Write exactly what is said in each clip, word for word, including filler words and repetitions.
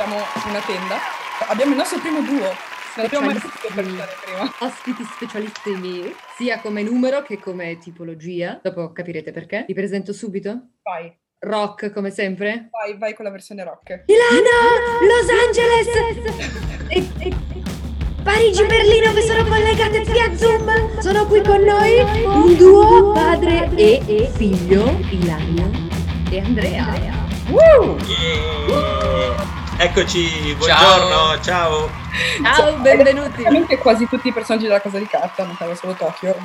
siamo in una tenda. Abbiamo il nostro primo duo. Non abbiamo mai saputo parlare prima. Ospiti specialissimi, sia come numero che come tipologia. Dopo capirete perché. Vi presento subito. Vai, Rock, come sempre. vai, vai con la versione rock. Milano, Los Angeles e, e Parigi, Berlino che sono collegate via Zoom. Sono qui con noi un duo padre e figlio, Ilario e Andrea. Woo! Yeah. Eccoci, buongiorno, ciao. Ciao, benvenuti. Veramente quasi tutti i personaggi della Casa di Carta, mancava solo Tokyo.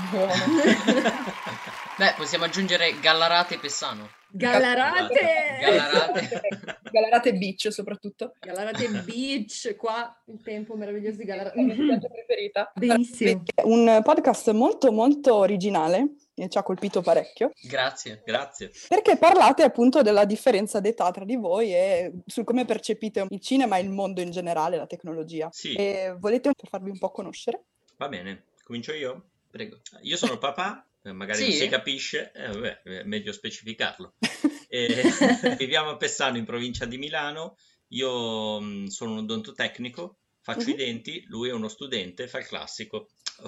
Beh, possiamo aggiungere Gallarate e Pessano. Gallarate. Gallarate. Gallarate Beach soprattutto. Gallarate Beach, qua il tempo meraviglioso di La Gallarate. mia spiaggia preferita. Benissimo. Un podcast molto molto originale, che ci ha colpito parecchio, Grazie. Grazie. perché parlate appunto della differenza d'età tra di voi e su come percepite il cinema e il mondo in generale, la tecnologia. Sì. E volete farvi un po' conoscere? Va bene, comincio io? Prego. Io sono il papà, eh, magari non Sì? si capisce, eh, vabbè, è meglio specificarlo. E, viviamo a Pessano, in provincia di Milano. Io mh, sono un odontotecnico, faccio Mhm. i denti, lui è uno studente, fa il classico.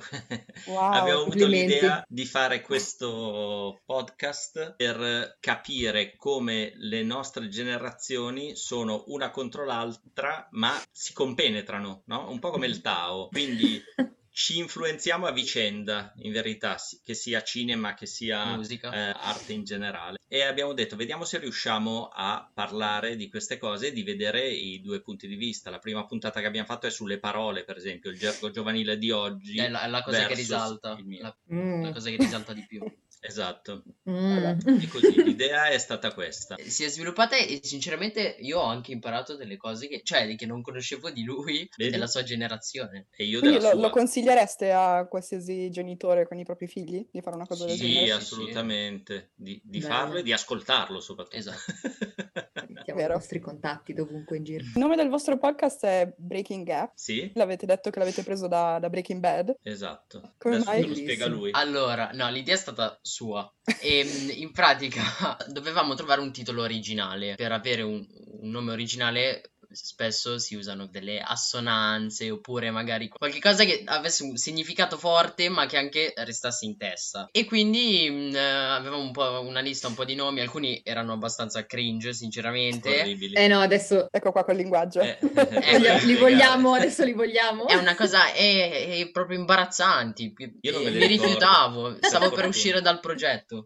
Wow, Abbiamo avuto complimenti. l'idea di fare questo podcast per capire come le nostre generazioni sono una contro l'altra, ma si compenetrano, no? Un po' come il Tao. Quindi ci influenziamo a vicenda, in verità, sì, che sia cinema, che sia Musica. eh, arte in generale. E abbiamo detto, vediamo se riusciamo a parlare di queste cose e di vedere i due punti di vista. La prima puntata che abbiamo fatto è sulle parole, per esempio, il gergo giovanile di oggi. È la, è la cosa che versus risalta. il mio. La, Mm. la cosa che risalta di più. Esatto. Mm. E così, l'idea è stata questa. Si è sviluppata e sinceramente io ho anche imparato delle cose che, cioè, che non conoscevo di lui e Vedi? della sua generazione. E io Quindi della lo, sua. lo consigliereste a qualsiasi genitore con i propri figli di fare una cosa del Sì, genere? Sì, sì, assolutamente. Di, di Bello. farlo e di ascoltarlo soprattutto. Esatto. Mettiamo Vero. i vostri contatti dovunque in giro. Il nome del vostro podcast è Breaking Gap. Sì, L'avete detto che l'avete preso da, da Breaking Bad. esatto. Come Adesso mai? te lo spiega Bellissimo. lui. Allora, no, l'idea è stata sua. E mh, in pratica dovevamo trovare un titolo originale. Per avere un, un nome originale spesso si usano delle assonanze oppure magari qualche cosa che avesse un significato forte ma che anche restasse in testa. E quindi mh, avevamo un po' una lista, un po' di nomi, alcuni erano abbastanza cringe, sinceramente. Orribili. Eh no, adesso Ecco qua col linguaggio. Eh, eh, Eh, li, voglio li spiegare. vogliamo, adesso li vogliamo. È una cosa è, è proprio imbarazzanti. Io non me E li mi ricordo, rifiutavo, per stavo per fortuna. uscire dal progetto.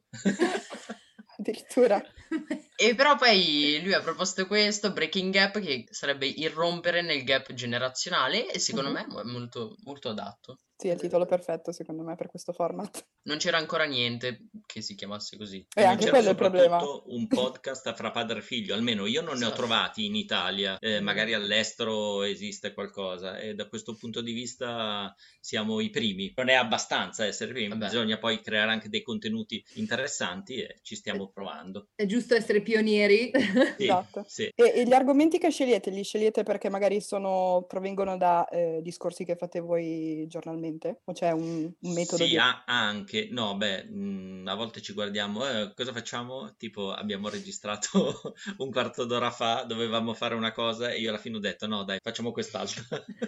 Addirittura. E però poi lui ha proposto questo, Breaking Gap, che sarebbe irrompere nel gap generazionale e secondo Mhm. me è molto, molto adatto. Sì, è il titolo perfetto secondo me per questo format. Non c'era ancora niente che si chiamasse così. E non anche c'era quello è il problema. soprattutto un podcast fra padre e figlio, almeno io non ne ho Esatto. trovati in Italia, eh, magari all'estero esiste qualcosa e da questo punto di vista siamo i primi. Non è abbastanza essere primi, Vabbè. bisogna poi creare anche dei contenuti interessanti e ci stiamo provando. È giusto essere pionieri. Sì, Esatto. sì. E, e gli argomenti che scegliete, li scegliete perché magari sono, provengono da eh, discorsi che fate voi giornalmente? O c'è un, un metodo Sì, di... a- anche, no, beh, mh, a volte ci guardiamo, eh, cosa facciamo? Tipo, abbiamo registrato un quarto d'ora fa, dovevamo fare una cosa e io alla fine ho detto, no, dai, facciamo quest'altra.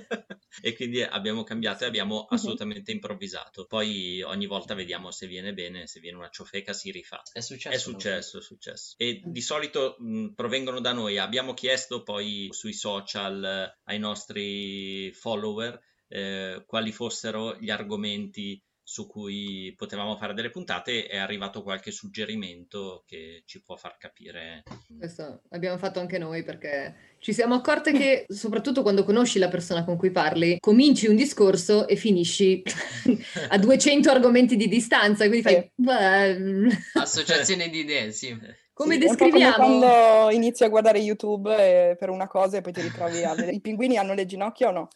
E quindi abbiamo cambiato e abbiamo assolutamente improvvisato. Poi ogni volta vediamo se viene bene, se viene una ciofeca si rifà. È successo. È successo, è successo. E di solito mh, provengono da noi. Abbiamo chiesto poi sui social eh, ai nostri follower eh, quali fossero gli argomenti su cui potevamo fare delle puntate. È arrivato qualche suggerimento che ci può far capire. Questo l'abbiamo fatto anche noi perché ci siamo accorte che soprattutto quando conosci la persona con cui parli, cominci un discorso e finisci a duecento argomenti di distanza, quindi fai... Sì. "Beh, Associazione di idee, sì. come Sì, è un po' come descriviamo? quando inizi a guardare YouTube eh, per una cosa e poi ti ritrovi a vedere. I pinguini hanno le ginocchia o no?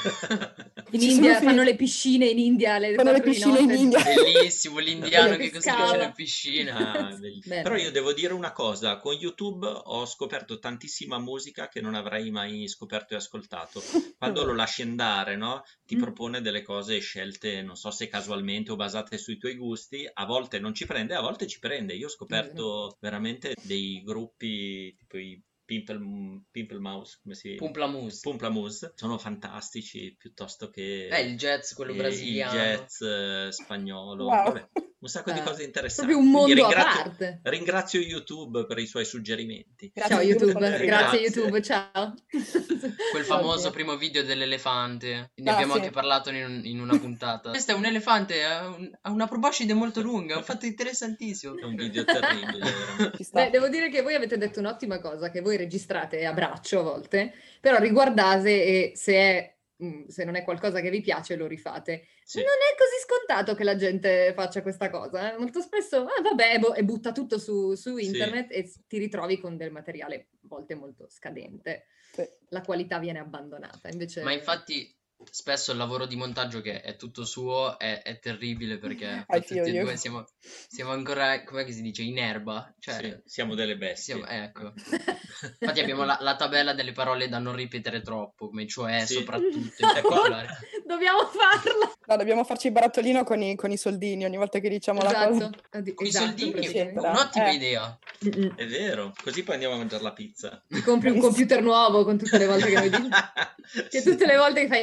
In Ci India sono fanno finiti- le piscine in India alle Fanno le quattro di piscine in notte. India. Bellissimo, l'indiano Quello che che costruisce scava. le piscine. Ah, bellissimo. Bene. Però io devo dire una cosa, con YouTube ho scoperto tantissima musica che non avrei mai scoperto e ascoltato. Quando lo lasci andare, no? Ti Mm. propone delle cose scelte, non so se casualmente o basate sui tuoi gusti, a volte non ci prende, a volte ci prende. Io ho scoperto veramente dei gruppi tipo i Pimple, Pimple Mouse, come si... Pumplamus. Pumplamus, sono fantastici piuttosto che Eh, il jazz, quello eh, il brasiliano. jazz eh, spagnolo, Wow. vabbè, un sacco di Ah, cose interessanti. proprio un Quindi mondo a ringrazio, parte. ringrazio YouTube per i suoi suggerimenti. Grazie Ciao a YouTube, YouTube, Federico. grazie Grazie. YouTube, ciao. Quel famoso Oddio. primo video dell'elefante. Ne Ah, abbiamo sì. anche parlato in, in una puntata. Questo è un elefante, ha, un- ha una proboscide molto lunga, è un fatto interessantissimo. È un video terribile, veramente. Ci sta. Beh, devo dire che voi avete detto un'ottima cosa, che voi registrate a braccio a volte, però riguardate e se, è, mm, se non è qualcosa che vi piace lo rifate. Sì. Non è così scontato che la gente faccia questa cosa. eh. Molto spesso, ah, vabbè, boh, e butta tutto su, su Sì. internet e s- ti ritrovi con del materiale a volte molto scadente. Sì. La qualità viene abbandonata. Invece... Ma infatti spesso il lavoro di montaggio, che è tutto suo, è, è terribile perché I tutti feel e you. due siamo, siamo ancora, come si dice, in erba. Cioè, Sì, siamo delle bestie. siamo- ecco. Infatti abbiamo la, la tabella delle parole da non ripetere troppo, come cioè, Sì. soprattutto, in particolare. Dobbiamo farla. No, dobbiamo farci il barattolino con i, con i soldini ogni volta che diciamo la cosa. Esatto, Oddio, Con i esatto, soldini, praticamente. Eccetera. un'ottima Eh. idea. Mm-mm. È vero, così poi andiamo a mangiare la pizza. Ti compri un computer nuovo con tutte le volte che vedi. Che Sì. tutte le volte che fai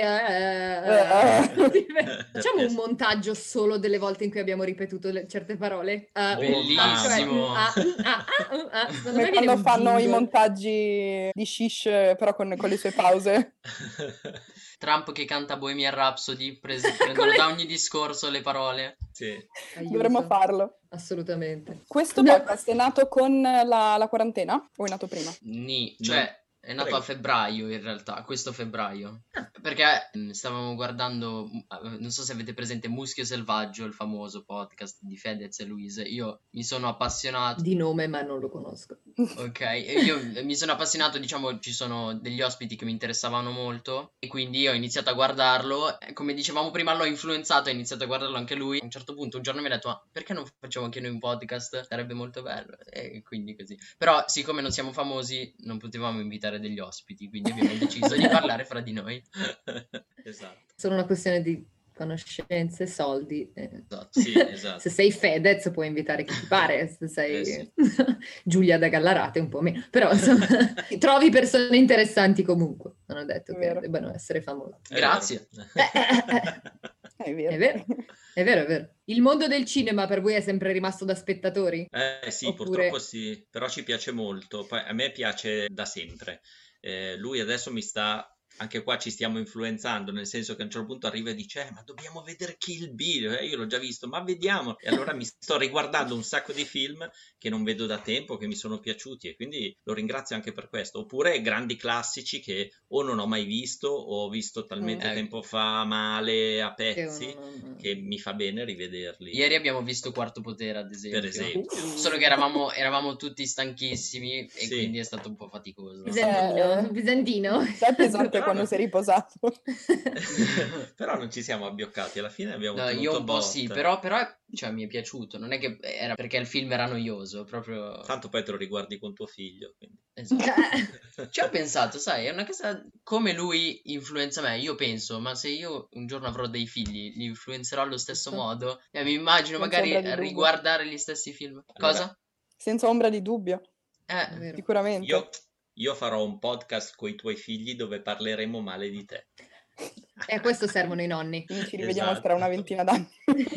eh, eh, eh. Facciamo Perché- un montaggio solo delle volte in cui abbiamo ripetuto le- certe parole. Ah, Bellissimo. ah, cioè, ah, ah, ah, ah. Secondo Come me viene quando un fanno i jingle. montaggi di Shish, però con, con le sue pause. Trump che canta Bohemian Rhapsody, prese- prendono Con le- da ogni discorso le parole. Sì. Aiuto. Dovremmo farlo. Assolutamente. Questo No. podcast è nato con la, la quarantena o è nato prima? Ni, No. cioè è nato Prego. a febbraio in realtà, questo febbraio. Ah. Perché mh, stavamo guardando, mh, non so se avete presente Muschio Selvaggio, il famoso podcast di Fedez e Luise. Io mi sono appassionato. Di nome, ma non lo conosco. Ok, e io mi sono appassionato, diciamo, ci sono degli ospiti che mi interessavano molto e quindi ho iniziato a guardarlo. E come dicevamo prima, l'ho influenzato, ho iniziato a guardarlo anche lui. A un certo punto un giorno mi ha detto: ma perché non facciamo anche noi un podcast? Sarebbe molto bello. E quindi così. Però siccome non siamo famosi non potevamo invitare degli ospiti, quindi abbiamo deciso di parlare fra di noi. Esatto. Solo una questione di conoscenze, soldi. eh. Esatto. Sì, esatto. Se sei Fedez puoi invitare chi ti pare, se sei Eh sì. Giulia da Gallarate un po' meno, però insomma trovi persone interessanti comunque, non ho detto È che vero. debbano essere famose. È Grazie. vero. È vero. È vero, è vero, è vero. Il mondo del cinema per voi è sempre rimasto da spettatori? Eh sì, Oppure- purtroppo sì, però ci piace molto. Poi a me piace da sempre. Eh, lui adesso mi sta, anche qua ci stiamo influenzando, nel senso che a un certo punto arriva e dice: "Eh, ma dobbiamo vedere Kill Bill." Eh, io l'ho già visto, ma vediamo. E allora mi sto riguardando un sacco di film che non vedo da tempo, che mi sono piaciuti, e quindi lo ringrazio anche per questo. Oppure grandi classici che o non ho mai visto o ho visto talmente Mm. tempo fa male a Che pezzi uno- che mi fa bene rivederli. Ieri abbiamo visto Quarto Potere, ad esempio. Per esempio. Uh. Solo che eravamo, eravamo tutti stanchissimi e Sì. quindi è stato un po' faticoso. Bizantino, Eh. bizantino. È pesante quando sei riposato. Però non ci siamo abbioccati, alla fine abbiamo No, tenuto io un po' botta. sì, però, però cioè, mi è piaciuto. Non è che era perché il film era noioso, proprio... Tanto poi te lo riguardi con tuo figlio, quindi. Esatto. Ci ho pensato, sai, è una cosa come lui influenza me. Io penso, ma se io un giorno avrò dei figli, li influenzerò allo stesso Giusto. modo? E mi immagino Senza magari ombra di dubbio. riguardare gli stessi film. Allora, Cosa? Senza ombra di dubbio, È Eh, vero. sicuramente. Io, io farò un podcast con i tuoi figli dove parleremo male di te. E a questo servono i nonni. Quindi ci rivediamo Esatto. tra una ventina d'anni.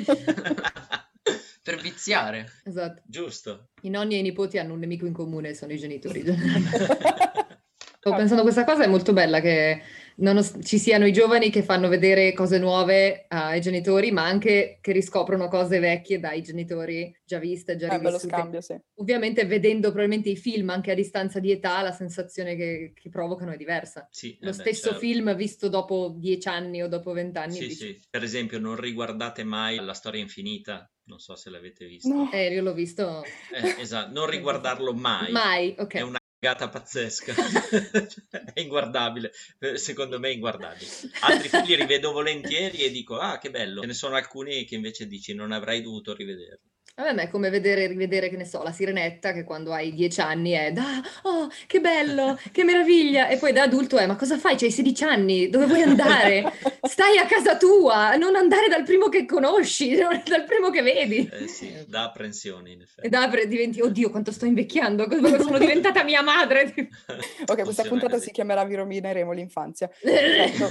per viziare. Esatto. Giusto. I nonni e i nipoti hanno un nemico in comune, sono i genitori. Sto pensando a questa cosa, è molto bella che non os- ci siano i giovani che fanno vedere cose nuove ai genitori, ma anche che riscoprono cose vecchie dai genitori già viste, già È un bello rivissute. scambio, sì. Ovviamente vedendo probabilmente i film anche a distanza di età, la sensazione che, che provocano è diversa. Sì, Lo eh beh, stesso certo. film visto dopo dieci anni o dopo vent'anni. Sì, dici, sì. Per esempio, non riguardate mai La storia infinita. Non so se l'avete visto. No. Eh, io l'ho visto Eh, esatto, non riguardarlo mai. mai, ok. È una cagata pazzesca. È inguardabile. Eh, Secondo me è inguardabile. Altri film li rivedo volentieri e dico: ah, che bello. Ce ne sono alcuni che invece dici: non avrei dovuto rivederli. Vabbè, ma è come vedere, rivedere, che ne so, la Sirenetta, che quando hai dieci anni è da, oh, che bello, che meraviglia, e poi da adulto è, ma cosa fai? C'hai sedici anni, dove vuoi andare? Stai a casa tua, non andare dal primo che conosci, dal primo che vedi. Eh sì, da apprensioni in E effetti. da diventi, oddio, quanto sto invecchiando, cosa- sono diventata mia madre. Ok, questa Funziona puntata così. si chiamerà Vi rovineremo l'infanzia. Perfetto.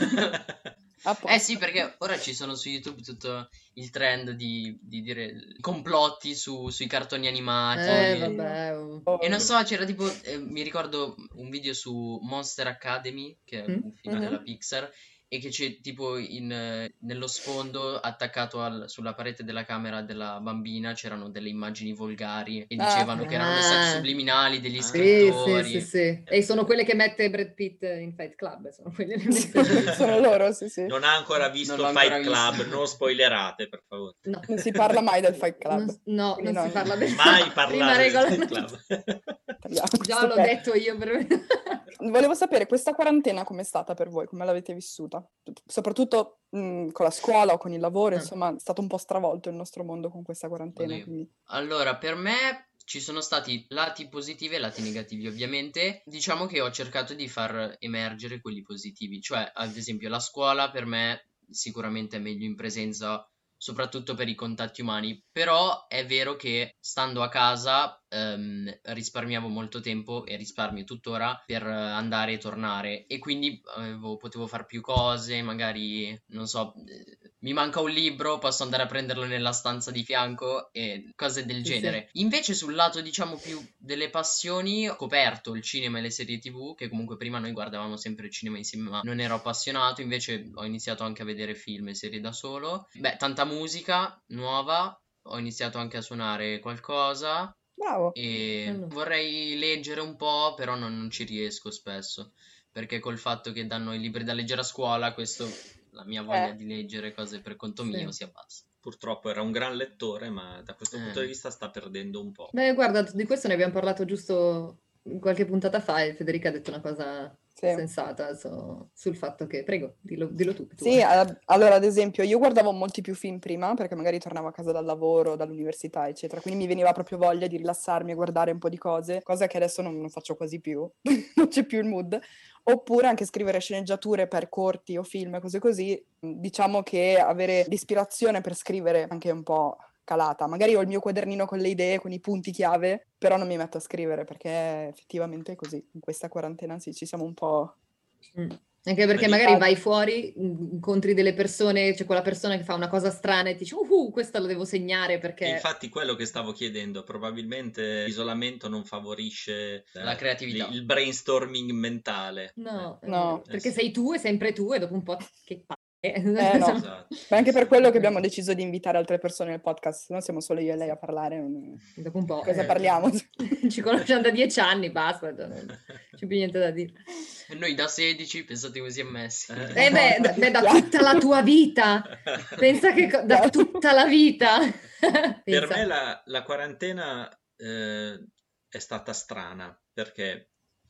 A Eh posto. sì, perché ora ci sono su YouTube tutto il trend di, di dire complotti su- sui cartoni animati. Eh, vabbè. oh. E non so, c'era tipo, eh, mi ricordo un video su Monster Academy, che è Mm? un film Mhm. della Pixar, e che c'è tipo in, eh, nello sfondo attaccato al- sulla parete della camera della bambina c'erano delle immagini volgari e Ah. dicevano che erano messaggi Ah. subliminali degli Ah. Sì, sì, scrittori. sì, sì. E sono quelle che mette Brad Pitt in Fight Club, sono quelle le Sono loro, sì, sì. Non ha ancora visto Non l'ho Fight ancora Club, visto. non spoilerate per favore. No. Non si parla mai del Fight Club. Non- no, Quindi non si parla del Mai Prima parlare del regola. Fight Club. Tagliamo Già questo l'ho pezzo. detto io per... Volevo sapere, questa quarantena com'è stata per voi? Come l'avete vissuta? Soprattutto mh, con la scuola o con il lavoro, Ah. insomma, è stato un po' stravolto il nostro mondo con questa quarantena. Oddio. Quindi... Allora, per me ci sono stati lati positivi e lati negativi, ovviamente. Diciamo che ho cercato di far emergere quelli positivi, cioè, ad esempio, la scuola per me sicuramente è meglio in presenza, soprattutto per i contatti umani, però è vero che stando a casa ehm, risparmiavo molto tempo e risparmio tuttora per eh, andare e tornare e quindi avevo- potevo fare più cose, magari, non so, eh, mi manca un libro, posso andare a prenderlo nella stanza di fianco e cose del Sì, genere. Invece sul lato, diciamo, più delle passioni, ho scoperto il cinema e le serie T V, che comunque prima noi guardavamo sempre il cinema insieme, ma non ero appassionato, invece ho iniziato anche a vedere film e serie da solo. Beh, tanta musica nuova, ho iniziato anche a suonare qualcosa Bravo. e Bello. vorrei leggere un po', però non, non ci riesco spesso, perché col fatto che danno i libri da leggere a scuola, questo, la mia voglia Eh. di leggere cose per conto Sì. mio si abbassa. Purtroppo era un gran lettore, ma da questo punto Eh. di vista sta perdendo un po'. Beh, guarda, di questo ne abbiamo parlato giusto qualche puntata fa e Federica ha detto una cosa Sì. sensata su- sul fatto che... Prego, dillo, dillo tu. tu. Sì, a- allora ad esempio io guardavo molti più film prima perché magari tornavo a casa dal lavoro, dall'università, eccetera, quindi mi veniva proprio voglia di rilassarmi e guardare un po' di cose, cosa che adesso non, non faccio quasi più, non c'è più il mood. Oppure anche scrivere sceneggiature per corti o film, cose così. Diciamo che avere l'ispirazione per scrivere anche un po' calata. Magari ho il mio quadernino con le idee, con i punti chiave, però non mi metto a scrivere perché effettivamente è così. In questa quarantena sì, ci siamo un po'... Mm. Anche perché Ma magari di- vai fuori, mm, incontri delle persone, c'è quella persona che fa una cosa strana e ti dice, uh, questa lo devo segnare E perché... infatti quello che stavo chiedendo, probabilmente l'isolamento non favorisce eh, La creatività. il brainstorming mentale. No, Eh, è No. vero, Eh, perché sì. sei tu e sempre tu e dopo un po' che palle. Eh, no. Esatto. Ma anche per Sì. quello che abbiamo deciso di invitare altre persone nel podcast, non siamo solo io e lei a parlare. non- Dopo un po'. Cosa eh, parliamo? Ci conosciamo da dieci anni, basta, cioè, non c'è più niente da dire. E noi da sedici, pensate come si è messi. Eh. Eh beh, da, beh, da tutta la tua vita. Pensa che co- da tutta la vita. Per Pensa. me la, la quarantena eh, è stata strana perché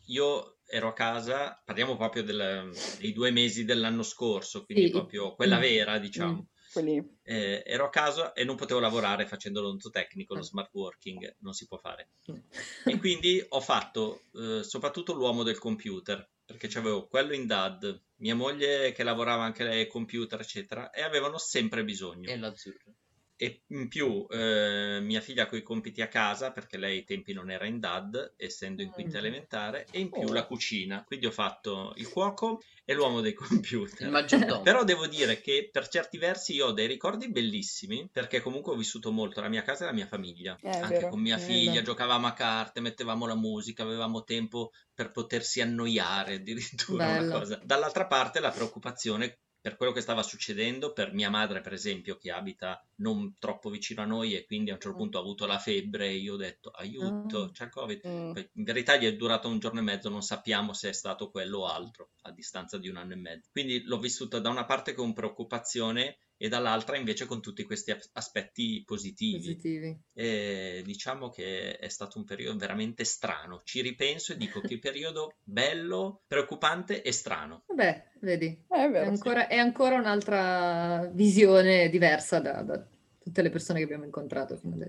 io ero a casa, parliamo proprio del- dei due mesi dell'anno scorso, quindi Sì. proprio quella Mm. vera, diciamo. Mm. Quelli... Eh, ero a casa e non potevo lavorare facendo l'odontotecnico, lo Mm. smart working non si può fare. Mm. E quindi ho fatto eh, soprattutto l'uomo del computer, perché c'avevo quello in D A D, mia moglie che lavorava anche lei ai computer, eccetera, e avevano sempre bisogno. E l'azzurro. E in più eh, mia figlia coi compiti a casa, perché lei ai tempi non era in D A D, essendo in quinta Mm. elementare, e in più Oh. la cucina. Quindi ho fatto il cuoco e l'uomo dei computer. Il maggiordomo. Però devo dire che per certi versi io ho dei ricordi bellissimi, perché comunque ho vissuto molto la mia casa e la mia famiglia. Eh, è Anche vero. con mia Bello. figlia giocavamo a carte, mettevamo la musica, avevamo tempo per potersi annoiare, addirittura una Bello. cosa. Dall'altra parte la preoccupazione per quello che stava succedendo, per mia madre per esempio che abita non troppo vicino a noi e quindi a un certo punto ha avuto la febbre e io ho detto aiuto, Ah. c'è il Covid. Mm. Poi, in verità gli è durato un giorno e mezzo, non sappiamo se è stato quello o altro a distanza di un anno e mezzo. Quindi l'ho vissuto da una parte con preoccupazione e dall'altra invece con tutti questi as- aspetti positivi. Positivi. E diciamo che è stato un periodo veramente strano. Ci ripenso e dico che periodo bello, preoccupante e strano. Vabbè, vedi, Eh, è è vero. ancora, è ancora un'altra visione diversa da, da tutte le persone che abbiamo incontrato fino adesso.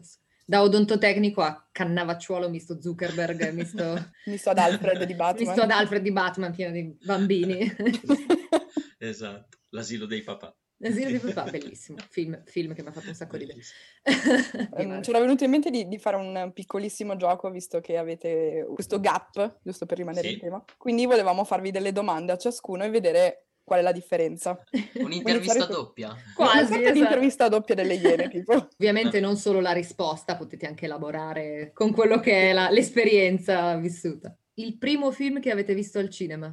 Da odontotecnico a cannavacciuolo misto Zuckerberg, misto, Misto ad Alfred di Batman. misto ad Alfred di Batman, pieno di bambini. Esatto, l'asilo dei papà. L'asilo di papà, bellissimo. Film, film che mi ha fatto un sacco ridere. Bellissimo. Di Um, Marvel. c'era venuto in mente di, di fare un piccolissimo gioco, visto che avete questo gap, giusto per rimanere Sì. in tema. Quindi volevamo farvi delle domande a ciascuno e vedere qual è la differenza. Un'intervista iniziare con- doppia. Quasi, Una sorta di esatto. intervista doppia delle Iene, tipo. Ovviamente non solo la risposta, potete anche elaborare con quello che è la- l'esperienza vissuta. Il primo film che avete visto al cinema?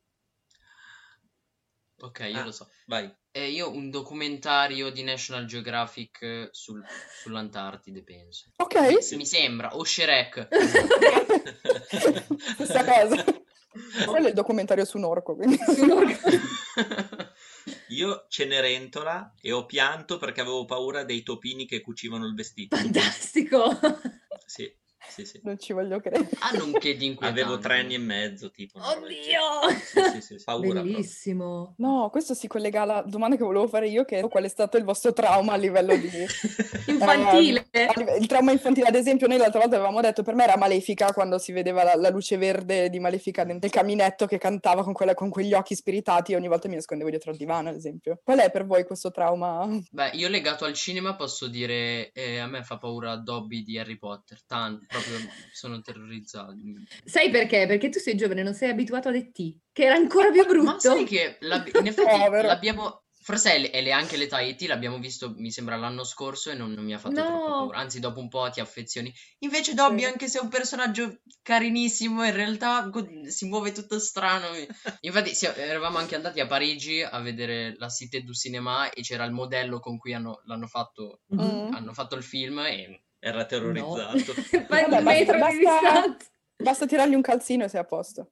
Ok, io Ah, lo so. vai. Eh, io un documentario di National Geographic eh, sul- sull'Antartide, penso. Ok, Mi sembra, o Shrek. stessa cosa. Quello è il documentario su un orco, quindi. Su un orco. Io Cenerentola e ho pianto perché avevo paura dei topini che cucivano il vestito. Fantastico! Sì, sì, sì. Non ci voglio credere. Hanno un che di inquietante. Avevo tre anni e mezzo, tipo. una roba del genere. Oddio! Sì, sì, sì, paura proprio. Bellissimo. No, questo si collega alla domanda che volevo fare io, che è qual è stato il vostro trauma a livello di... Infantile. Eh, a live- il trauma infantile, ad esempio, noi l'altra volta avevamo detto, per me era Malefica, quando si vedeva la, la luce verde di Malefica nel caminetto che cantava con, quella- con quegli occhi spiritati e ogni volta mi nascondevo dietro al divano, ad esempio. Qual è per voi questo trauma? Beh, io legato al cinema posso dire, eh, a me fa paura Dobby di Harry Potter, tanto, proprio sono terrorizzato. Sai perché? Perché tu sei giovane, non sei abituato ad E T, che era ancora più brutto. Ma sai che l'ab- in effetti Povero. l'abbiamo, forse è, l- è le- anche l'età E T, l'abbiamo visto mi sembra l'anno scorso e non, non mi ha fatto No. troppo paura, anzi dopo un po' ti affezioni. Invece Dobby, Sì. anche se è un personaggio carinissimo, in realtà go- si muove tutto strano. Infatti sì, eravamo anche andati a Parigi a vedere la Cité du Cinéma e c'era il modello con cui hanno, l'hanno fatto, Mhm. Mm. hanno fatto il film e Era No. terrorizzato. Fai Vabbè, un metro basta- di distanza. Basta tirargli un calzino e sei a posto.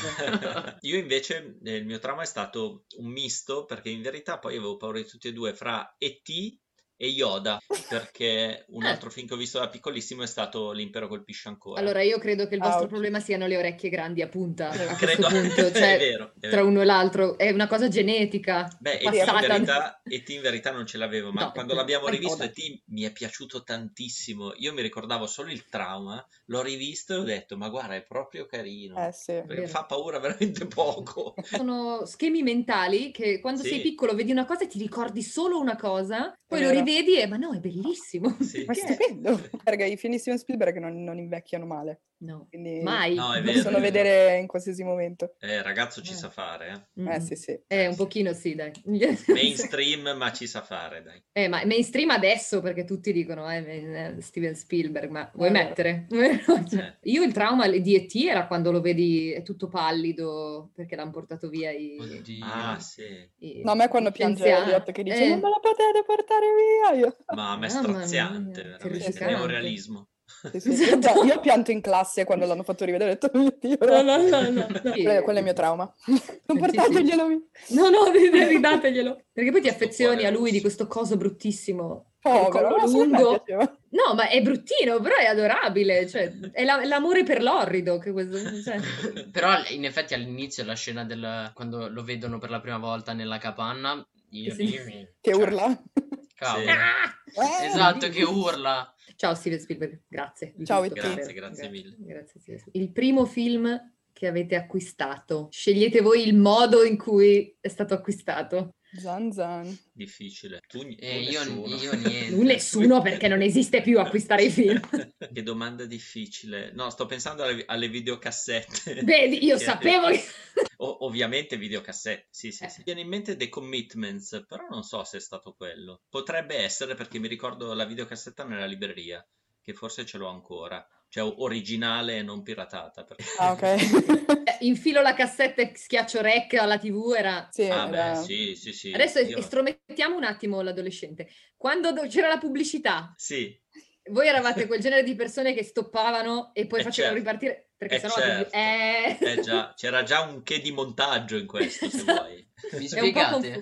Io invece eh, il mio trauma è stato un misto, perché in verità poi avevo paura di tutti e due, fra E T e Yoda, perché un Eh. altro film che ho visto da piccolissimo è stato L'impero colpisce ancora. Allora, io credo che il vostro Ouch. problema siano le orecchie grandi a punta a Credo- questo punto, è cioè vero, è tra vero. uno e l'altro è una cosa genetica. Beh, E T in passata. verità, E T in verità non ce l'avevo, ma No, quando è- l'abbiamo è rivisto Yoda. E T mi è piaciuto tantissimo. Io mi ricordavo solo il trauma, l'ho rivisto e ho detto, ma guarda, è proprio carino. Eh sì. Perché Vero. fa paura veramente poco. Sono schemi mentali che quando Sì. sei piccolo vedi una cosa e ti ricordi solo una cosa, poi È lo vero. rivedi e ma no, è bellissimo. Sì. Ma è Perché? stupendo, perché i film di Steven Spielberg non, non invecchiano male, No, quindi mai. No, è vero, possono è vero. vedere in qualsiasi momento. Eh, ragazzo ci Eh. sa fare, eh. Mm. Eh sì sì. Eh, Eh, un sì. pochino sì, dai. Mainstream, ma ci sa fare, dai. Eh, ma mainstream adesso perché tutti dicono eh, eh, Steven Spielberg, ma vuoi Eh, vero. mettere? Cioè, Eh. io il trauma di E T era quando lo vedi è tutto pallido perché l'hanno portato via i... Oddio. Ah, sì. i- No, a me quando gli piange anziani. Elliot che dice Eh, non me la potete portare via, io... Ma a me è Mamma straziante, mia, veramente, terrificante. neorealismo. Sì, sì, sì. Io, pia- io pianto in classe quando l'hanno fatto rivedere, ho detto, "Oh mio Dio, No, no, no, no. quello, quello è il mio trauma. Non Sì, sì. portateglielo via. No, no, ridateglielo. Perché poi ti Questo affezioni cuore a lui rosso. di questo coso bruttissimo. col Povero, collo ma solo a me lungo. piaceva. No, ma è bruttino, però è adorabile. Cioè, è la- l'amore per l'orrido. Che questo, cioè. Però in effetti all'inizio la scena del quando lo vedono per la prima volta nella capanna, io Che si- lì mi- Che cioè, urla. cavolo. Sì. Ah! Eh, Esatto, che urla. Ciao Steven Spielberg, grazie. di Ciao, tutto, E T. davvero. Grazie, grazie mille. Grazie, Steven Spielberg. Il primo film che avete acquistato. Scegliete voi il modo in cui è stato acquistato. Zan zan. Difficile. Tu, tu E io, nessuno. io niente. Non nessuno perché non esiste più acquistare i film. Che domanda difficile. No, sto pensando alle, alle videocassette. Vedi, io Che- sapevo che... O- ovviamente videocassette, sì, sì, Eh. sì. Mi viene in mente The Commitments, però non so se è stato quello. Potrebbe essere perché mi ricordo la videocassetta nella libreria, che forse ce l'ho ancora. Cioè originale e non piratata. perché- Ah, ok. Eh, infilo la cassetta e schiaccio rec alla tivù, era... Sì, Ah, era- beh, sì, sì, sì. Adesso Io- estromettiamo un attimo l'adolescente. Quando do- c'era la pubblicità, Sì, voi eravate quel genere di persone che stoppavano e poi Eh, facevano certo. ripartire, perché Eh, sennò... certo. Eh... eh già, c'era già un che di montaggio in questo, se Esatto. vuoi. Mi È un po' spiegate?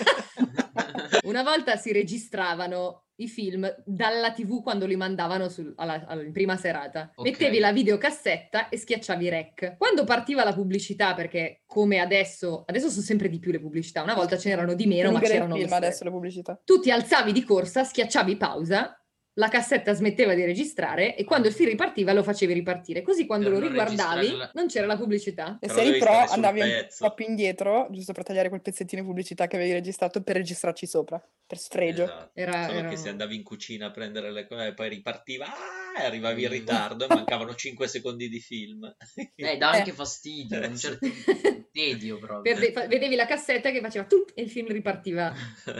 confu- Una volta si registravano i film dalla tivù quando li mandavano sul- alla, alla- in prima serata. Ok. Mettevi la videocassetta e schiacciavi rec. Quando partiva la pubblicità, perché come adesso, adesso sono sempre di più le pubblicità, una volta ce n'erano di meno, ma Libera il c'erano film lo stesso. adesso le pubblicità. Tu ti alzavi di corsa, schiacciavi pausa la cassetta smetteva di registrare e quando il film ripartiva lo facevi ripartire, così quando Per lo non riguardavi registrare la- non c'era la pubblicità. E Però se eri devi pro, stare sul andavi un pezzo. po' più indietro, giusto per tagliare quel pezzettino di pubblicità che avevi registrato per registrarci sopra, per sfregio. Esatto. Era- Solo era- che se andavi in cucina a prendere le cose e poi ripartiva, ah, e arrivavi in Mm. ritardo e mancavano cinque secondi di film. Eh, dà Eh. anche fastidio, un Eh, certo tedio proprio. Vede- fa- vedevi la cassetta che faceva tum, e il film ripartiva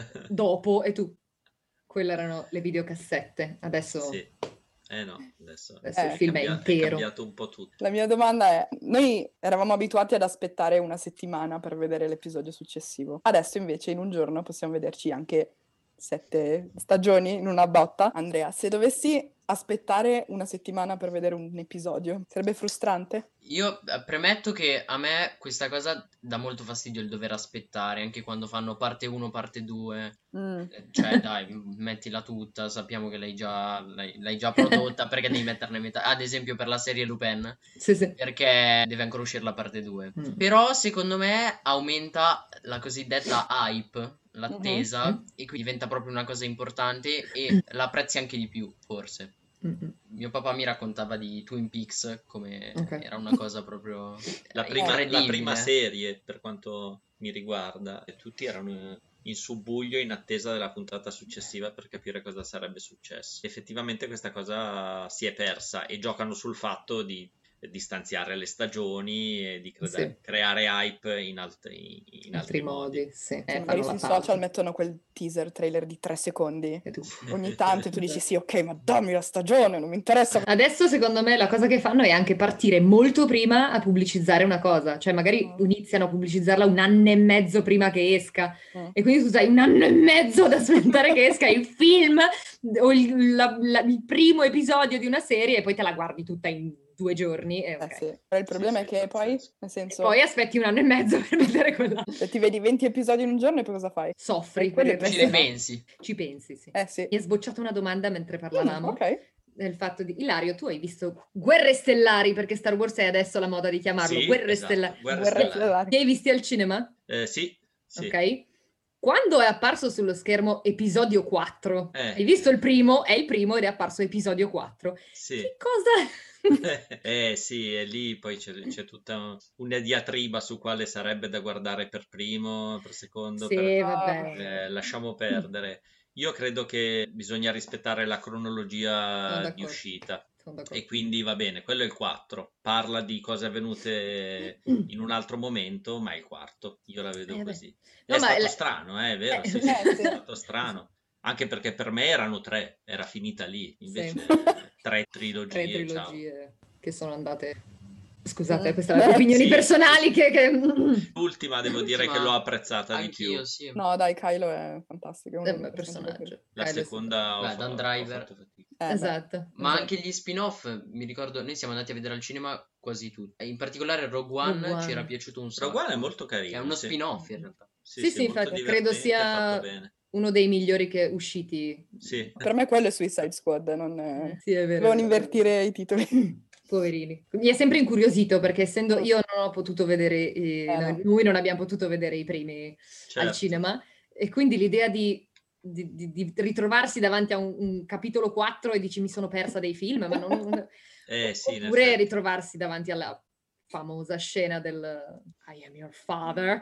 dopo e tu. Quelle erano le videocassette. Adesso Sì. Eh no, adesso, Adesso il film è cambia- intero. cambiato un po' tutto. La mia domanda è, noi eravamo abituati ad aspettare una settimana per vedere l'episodio successivo. Adesso invece in un giorno possiamo vederci anche sette stagioni in una botta. Andrea, se dovessi aspettare una settimana per vedere un episodio, sarebbe frustrante? Io eh, premetto che a me questa cosa dà molto fastidio il dover aspettare, anche quando fanno parte uno, parte due. Mm. Eh, Cioè, dai, m- mettila tutta, sappiamo che l'hai già, l'hai, l'hai già prodotta, perché devi metterne metà. Ad esempio per la serie Lupin, sì, sì. perché deve ancora uscire la parte due. Mm. Però secondo me aumenta la cosiddetta hype, l'attesa, Mhm. e quindi diventa proprio una cosa importante e la apprezzi anche di più, forse. Mm-mm. Mio papà mi raccontava di Twin Peaks come Ok. era una cosa proprio La eh, prima, la incredibile. prima serie, per quanto mi riguarda, e tutti erano in subbuglio in attesa della puntata successiva per capire cosa sarebbe successo. Effettivamente questa cosa si è persa e giocano sul fatto di distanziare le stagioni e di creda- Sì. creare hype in altri, in In altri modi, sì. Eh, Cioè, fanno magari la sui pausa. social mettono quel teaser trailer di tre secondi. E tu. Ogni tanto e tu dici sì, ok, ma dammi la stagione, non mi interessa. Adesso secondo me la cosa che fanno è anche partire molto prima a pubblicizzare una cosa, cioè magari Mm. iniziano a pubblicizzarla un anno e mezzo prima che esca Mm. e quindi tu sai un anno e mezzo ad aspettare che esca il film o il, la- la- il primo episodio di una serie e poi te la guardi tutta in due giorni e, Eh ok. sì, però il problema Sì, è sì, che poi, pazzesco. nel E senso, poi aspetti un anno e mezzo per vedere quella. se ti vedi venti episodi in un giorno e poi cosa fai? Soffri, Eh, quello per il è Ci resto le no. pensi. Ci pensi, sì. Eh sì. Mi è sbocciata una domanda mentre parlavamo. Mm, ok. Nel fatto di Ilario, tu hai visto Guerre Stellari, perché Star Wars è adesso la moda di chiamarlo Sì, Guerre esatto, Stellari. Guerre Guerre Stellari. Stellari. Li hai visti al cinema? Eh, sì, sì. Ok. Quando è apparso sullo schermo episodio quattro, Eh, hai visto eh. il primo, è il primo ed è apparso episodio quattro. Sì. Che cosa? Eh sì, e lì poi c'è, c'è tutta una diatriba su quale sarebbe da guardare per primo, per secondo, Sì, per- vabbè. eh, lasciamo perdere. Io credo che bisogna rispettare la Sono cronologia di d'accordo. uscita Sono d'accordo. e quindi va bene, quello è il quattro, parla di cose avvenute in un altro momento, ma è il quarto, io la vedo Eh beh. così. No, È ma stato la- strano, eh, è vero, Eh, sì, sì, eh, è sì. stato strano. Anche perché per me erano tre, era finita lì, invece Sì. tre trilogie, Tre ciao. trilogie che sono andate. Scusate, Mm. queste sono le opinioni Sì, personali sì, sì. che. che... L'ultima devo dire che L'ultima l'ho apprezzata di più. Anch'io, sì. No, dai, Kylo è fantastico. È uno Eh, dei ma miei personaggi personaggio. La Kylo, sì. seconda ho, Beh, fa- Dan ho Driver. fatto fatica. Eh, beh. Esatto. Ma esatto. anche gli spin-off, mi ricordo, noi siamo andati a vedere al cinema quasi tutti. In particolare Rogue One, Rogue One. ci era piaciuto un sacco. Rogue One è molto carino. È uno sì. spin-off in realtà. Sì, Sì, sì, sì, molto infatti, credo divertente, sia fatto bene. uno dei migliori che usciti. Sì. Per me quello è Suicide Squad, non è... Sì, è vero. Devono invertire i titoli. Poverini. Mi è sempre incuriosito perché essendo Mm. io non ho potuto vedere, eh, Eh, noi, no. noi non abbiamo potuto vedere i primi al Certo. cinema e quindi l'idea di, di- di- di ritrovarsi davanti a un, un capitolo quattro e dici mi sono persa dei film, ma non... Eh sì, in oppure effetti. ritrovarsi davanti alla famosa scena del I am your father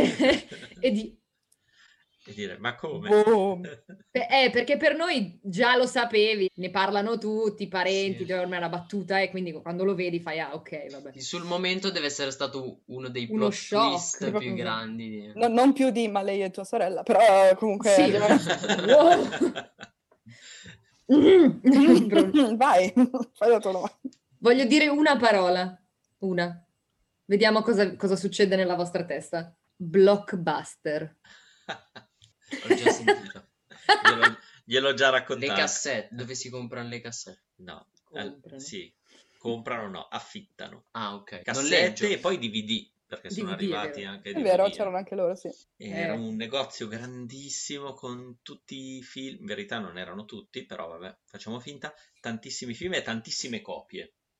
e di E dire, ma come? Boom. Beh, eh, perché per noi già lo sapevi, ne parlano tutti, i parenti, Sì. ormai è una battuta e quindi quando lo vedi fai ah ok, vabbè. Sul momento deve essere stato uno dei Uno plot shock, twist tipo più così. grandi. di- No- non più di ma lei è tua sorella, però comunque... Sì. andiamo- Wow. Vai, fai la tua domanda. Voglio dire una parola, una. Vediamo cosa, cosa succede nella vostra testa. Blockbuster. Ho già sentito. Gliel'ho, gliel'ho già Le raccontato. cassette, dove si comprano le cassette? No, eh, Comprano. sì, comprano no, affittano. Ah, ok. Cassette Noleggio. e poi D V D, perché sono D V D, è arrivati vero. anche i È D V D. vero, eh. c'erano anche loro, sì. E Era Eh. un negozio grandissimo con tutti i film, in verità non erano tutti, però vabbè, facciamo finta, tantissimi film e tantissime copie.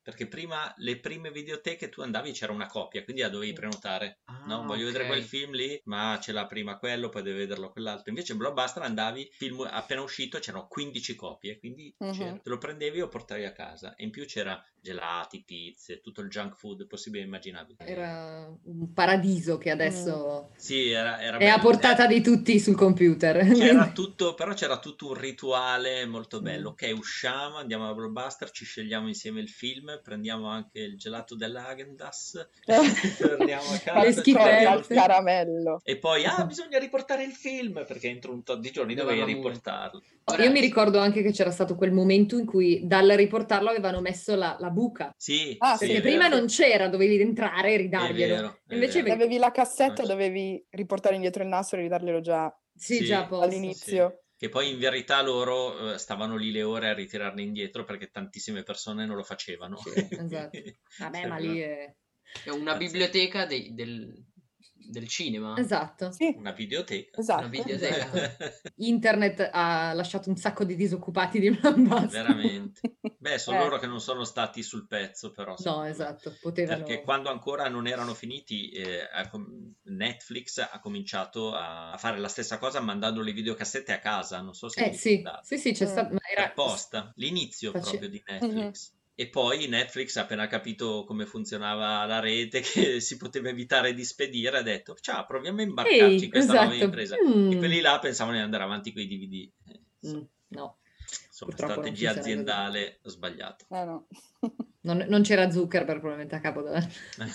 perché prima le prime videoteche tu andavi, c'era una copia, quindi la dovevi prenotare. No, Ah, voglio vedere ok. quel film lì, ma ce l'ha prima quello, poi devi vederlo quell'altro. Invece Blockbuster andavi, film appena uscito, c'erano quindici copie, quindi Mhm. c'era- te lo prendevi o portavi a casa. E in più c'era gelati, pizze, tutto il junk food possibile e immaginabile. Era un paradiso che adesso Sì, era, era è a bello. portata Eh, di tutti sul computer. C'era tutto, però c'era tutto un rituale molto Sì. bello. Ok, usciamo, andiamo a Blockbuster, ci scegliamo insieme il film, prendiamo anche il gelato dell'Haagen-Dazs, torniamo a Ma casa, ci schifezze. guardiamo il il film caramello. e poi, ah, bisogna riportare il film perché entro un tot di giorni Ne dovevi avevamo uno. riportarlo. Ora- Io mi ricordo anche che c'era stato quel momento in cui dal riportarlo avevano messo la, la buca. Sì, Ah, sì, Perché è prima vero. non c'era, dovevi entrare e È ridarglielo. vero, è Invece vero. Se avevi la cassetta Ah, dovevi riportare indietro il nastro e ridarglielo già sì, Sì, già a posto. all'inizio. sì. Che poi in verità loro eh, stavano lì le ore a ritirarne indietro perché tantissime persone non lo facevano. Sì, esatto. Vabbè, ma Sembra lì è... È una Pazzesco. biblioteca dei- del, del cinema. Esatto. Sì, Una videoteca. esatto. Una videoteca. Internet ha lasciato un sacco di disoccupati di Blockbuster. Veramente. Beh, sono Eh. loro che non sono stati sul pezzo, però. No, secondo me. esatto, potevano... Perché quando ancora non erano finiti, eh, ha com- Netflix ha cominciato a, a fare la stessa cosa mandando le videocassette a casa. Non so se Eh vi sì, ricordate. sì, sì, c'è Mm. stato... Ma era... Apposta, l'inizio Face- proprio di Netflix. E poi Netflix, appena capito come funzionava la rete, che si poteva evitare di spedire, ha detto, ciao, proviamo a imbarcarci Ehi, in questa nuova esatto. impresa. Mm. E quelli là pensavano di andare avanti con i D V D. Eh, insomma, Mm, no, insomma, purtroppo non strategia funziona così. aziendale sbagliata. Eh no. Non, non c'era Zuckerberg probabilmente a capo da...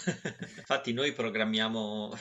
Infatti noi programmiamo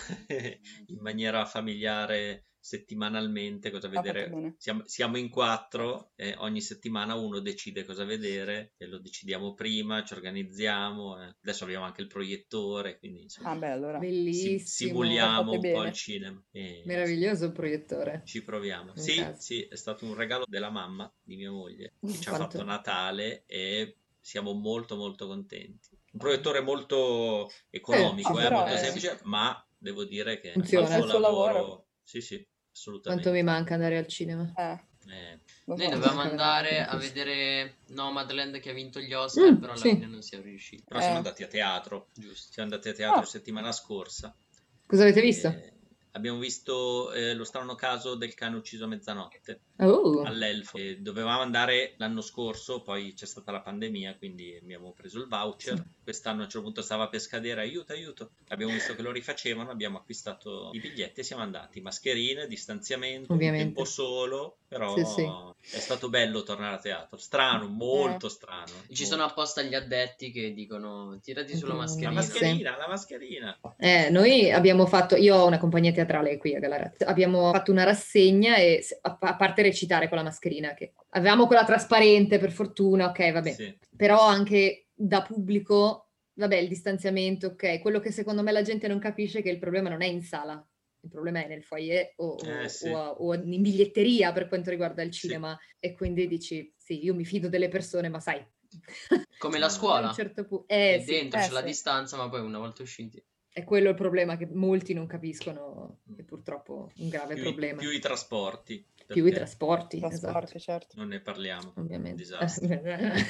in maniera familiare settimanalmente cosa Ha fatto vedere. bene. Siamo, siamo in quattro e ogni settimana uno decide cosa vedere e lo decidiamo prima, ci organizziamo. eh. Adesso abbiamo anche il proiettore, quindi insomma Ah beh, allora. si- Bellissimo. simuliamo Fate un po' bene. il cinema e Meraviglioso il proiettore. ci proviamo. In Sì, casa. sì, è stato un regalo della mamma di mia moglie che ci ha Quanto- fatto Natale e siamo molto molto contenti. Un proiettore molto economico, Eh, eh, però molto è- semplice, ma devo dire che Funziona. fa il Fa suo il suo lavoro. lavoro. Sì, sì, Quanto assolutamente. mi manca andare al cinema. Eh, Eh, lo so. Noi dovevamo Manca andare veramente a tantissimo. vedere Nomadland che ha vinto gli Oscar, Mm, però alla sì. fine non siamo riusciti. Però siamo Eh. andati a teatro, Giusto. siamo andati a teatro Ah. settimana scorsa. Cosa avete visto? Eh, abbiamo visto eh, Lo strano caso del cane ucciso a mezzanotte. Oh, All'Elfo. E dovevamo andare l'anno scorso, poi c'è stata la pandemia, quindi abbiamo preso il voucher. Sì. Quest'anno a un certo punto stava per scadere, aiuto, aiuto. Abbiamo visto che lo rifacevano, abbiamo acquistato i biglietti e siamo andati. Mascherine, distanziamento, un Ovviamente. tempo solo, però Sì, sì. è stato bello tornare a teatro. Strano, molto strano. Ci sono apposta gli addetti che dicono tirati sulla La La mascherina. mascherina, la mascherina. Eh, noi abbiamo fatto, io ho una compagnia teatrale qui a Gallarate, abbiamo fatto una rassegna e se- a, a parte recitare con la mascherina, che avevamo quella trasparente per fortuna, ok, vabbè, Sì. però anche da pubblico, vabbè, il distanziamento, ok, quello che secondo me la gente non capisce è che il problema non è in sala, il problema è nel foyer o, o- Eh, sì. o a- o in biglietteria per quanto riguarda il Sì. cinema, e quindi dici, sì, io mi fido delle persone, ma sai... Come la a scuola. un certo punto... Eh, E sì. dentro eh, c'è la sì. distanza, ma poi una volta usciti. È quello il problema che molti non capiscono, e purtroppo un grave Più, i, problema. più i trasporti. Più i perché trasporti, Trasporti, esatto, certo. Non ne parliamo. Un ovviamente. disastro.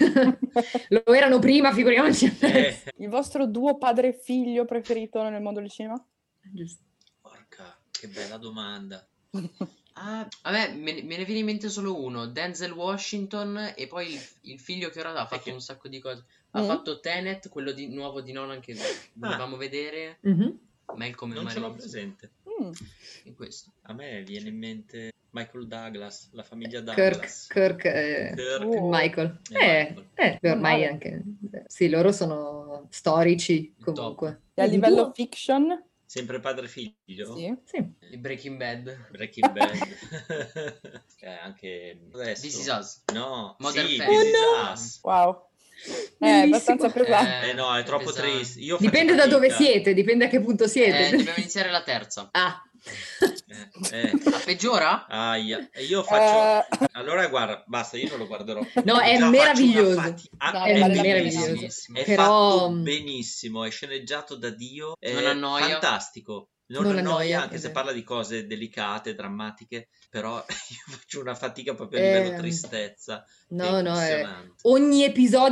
Lo erano prima, figuriamoci Eh, adesso. Il vostro duo padre e figlio preferito nel mondo del cinema? Giusto. porca, che bella domanda. Ah, vabbè, me, ne- me ne viene in mente solo uno, Denzel Washington, e poi il, il figlio che ora ha fatto che- un sacco di cose. Ha Mm. fatto Tenet, quello di, nuovo di Nolan che volevamo vedere, Mhm. Malcolm e Non ce l'ho Marie, presente. Mm. in questo. A me viene in mente Michael Douglas, la famiglia Kirk, Douglas. Kirk e Kirk Oh. Michael. E Eh, Michael. eh, beh, ormai male. anche... Sì, loro sono storici, top. comunque. E a Il livello duo- fiction? Sempre padre figlio? Sì. Sì. Il Breaking Bad. Breaking Bad. Eh, anche adesso. This Is Us. No, Modern sì, Family. This Is Oh, no! Us. Wow. È Bellissimo. abbastanza pesante. Eh no, è troppo pesante. triste. Io faccio Dipende da dove fatica. siete, dipende a che punto siete. Eh, dobbiamo iniziare la terza. Ah. Eh, eh. Ah, peggiora? Aia. E io faccio... Eh, Allora guarda, basta, io non lo guarderò. No, è Già faccio meraviglioso. una fati- Ah, No, è vale la bellissimo. pena. È Però- fatto benissimo, è sceneggiato da Dio, è Non annoia. fantastico. Non, Non annoia, annoia, anche è se vero. parla di cose delicate, drammatiche, però io faccio una fatica proprio a Eh, livello tristezza. che No, no, è... impressionante. ogni episodio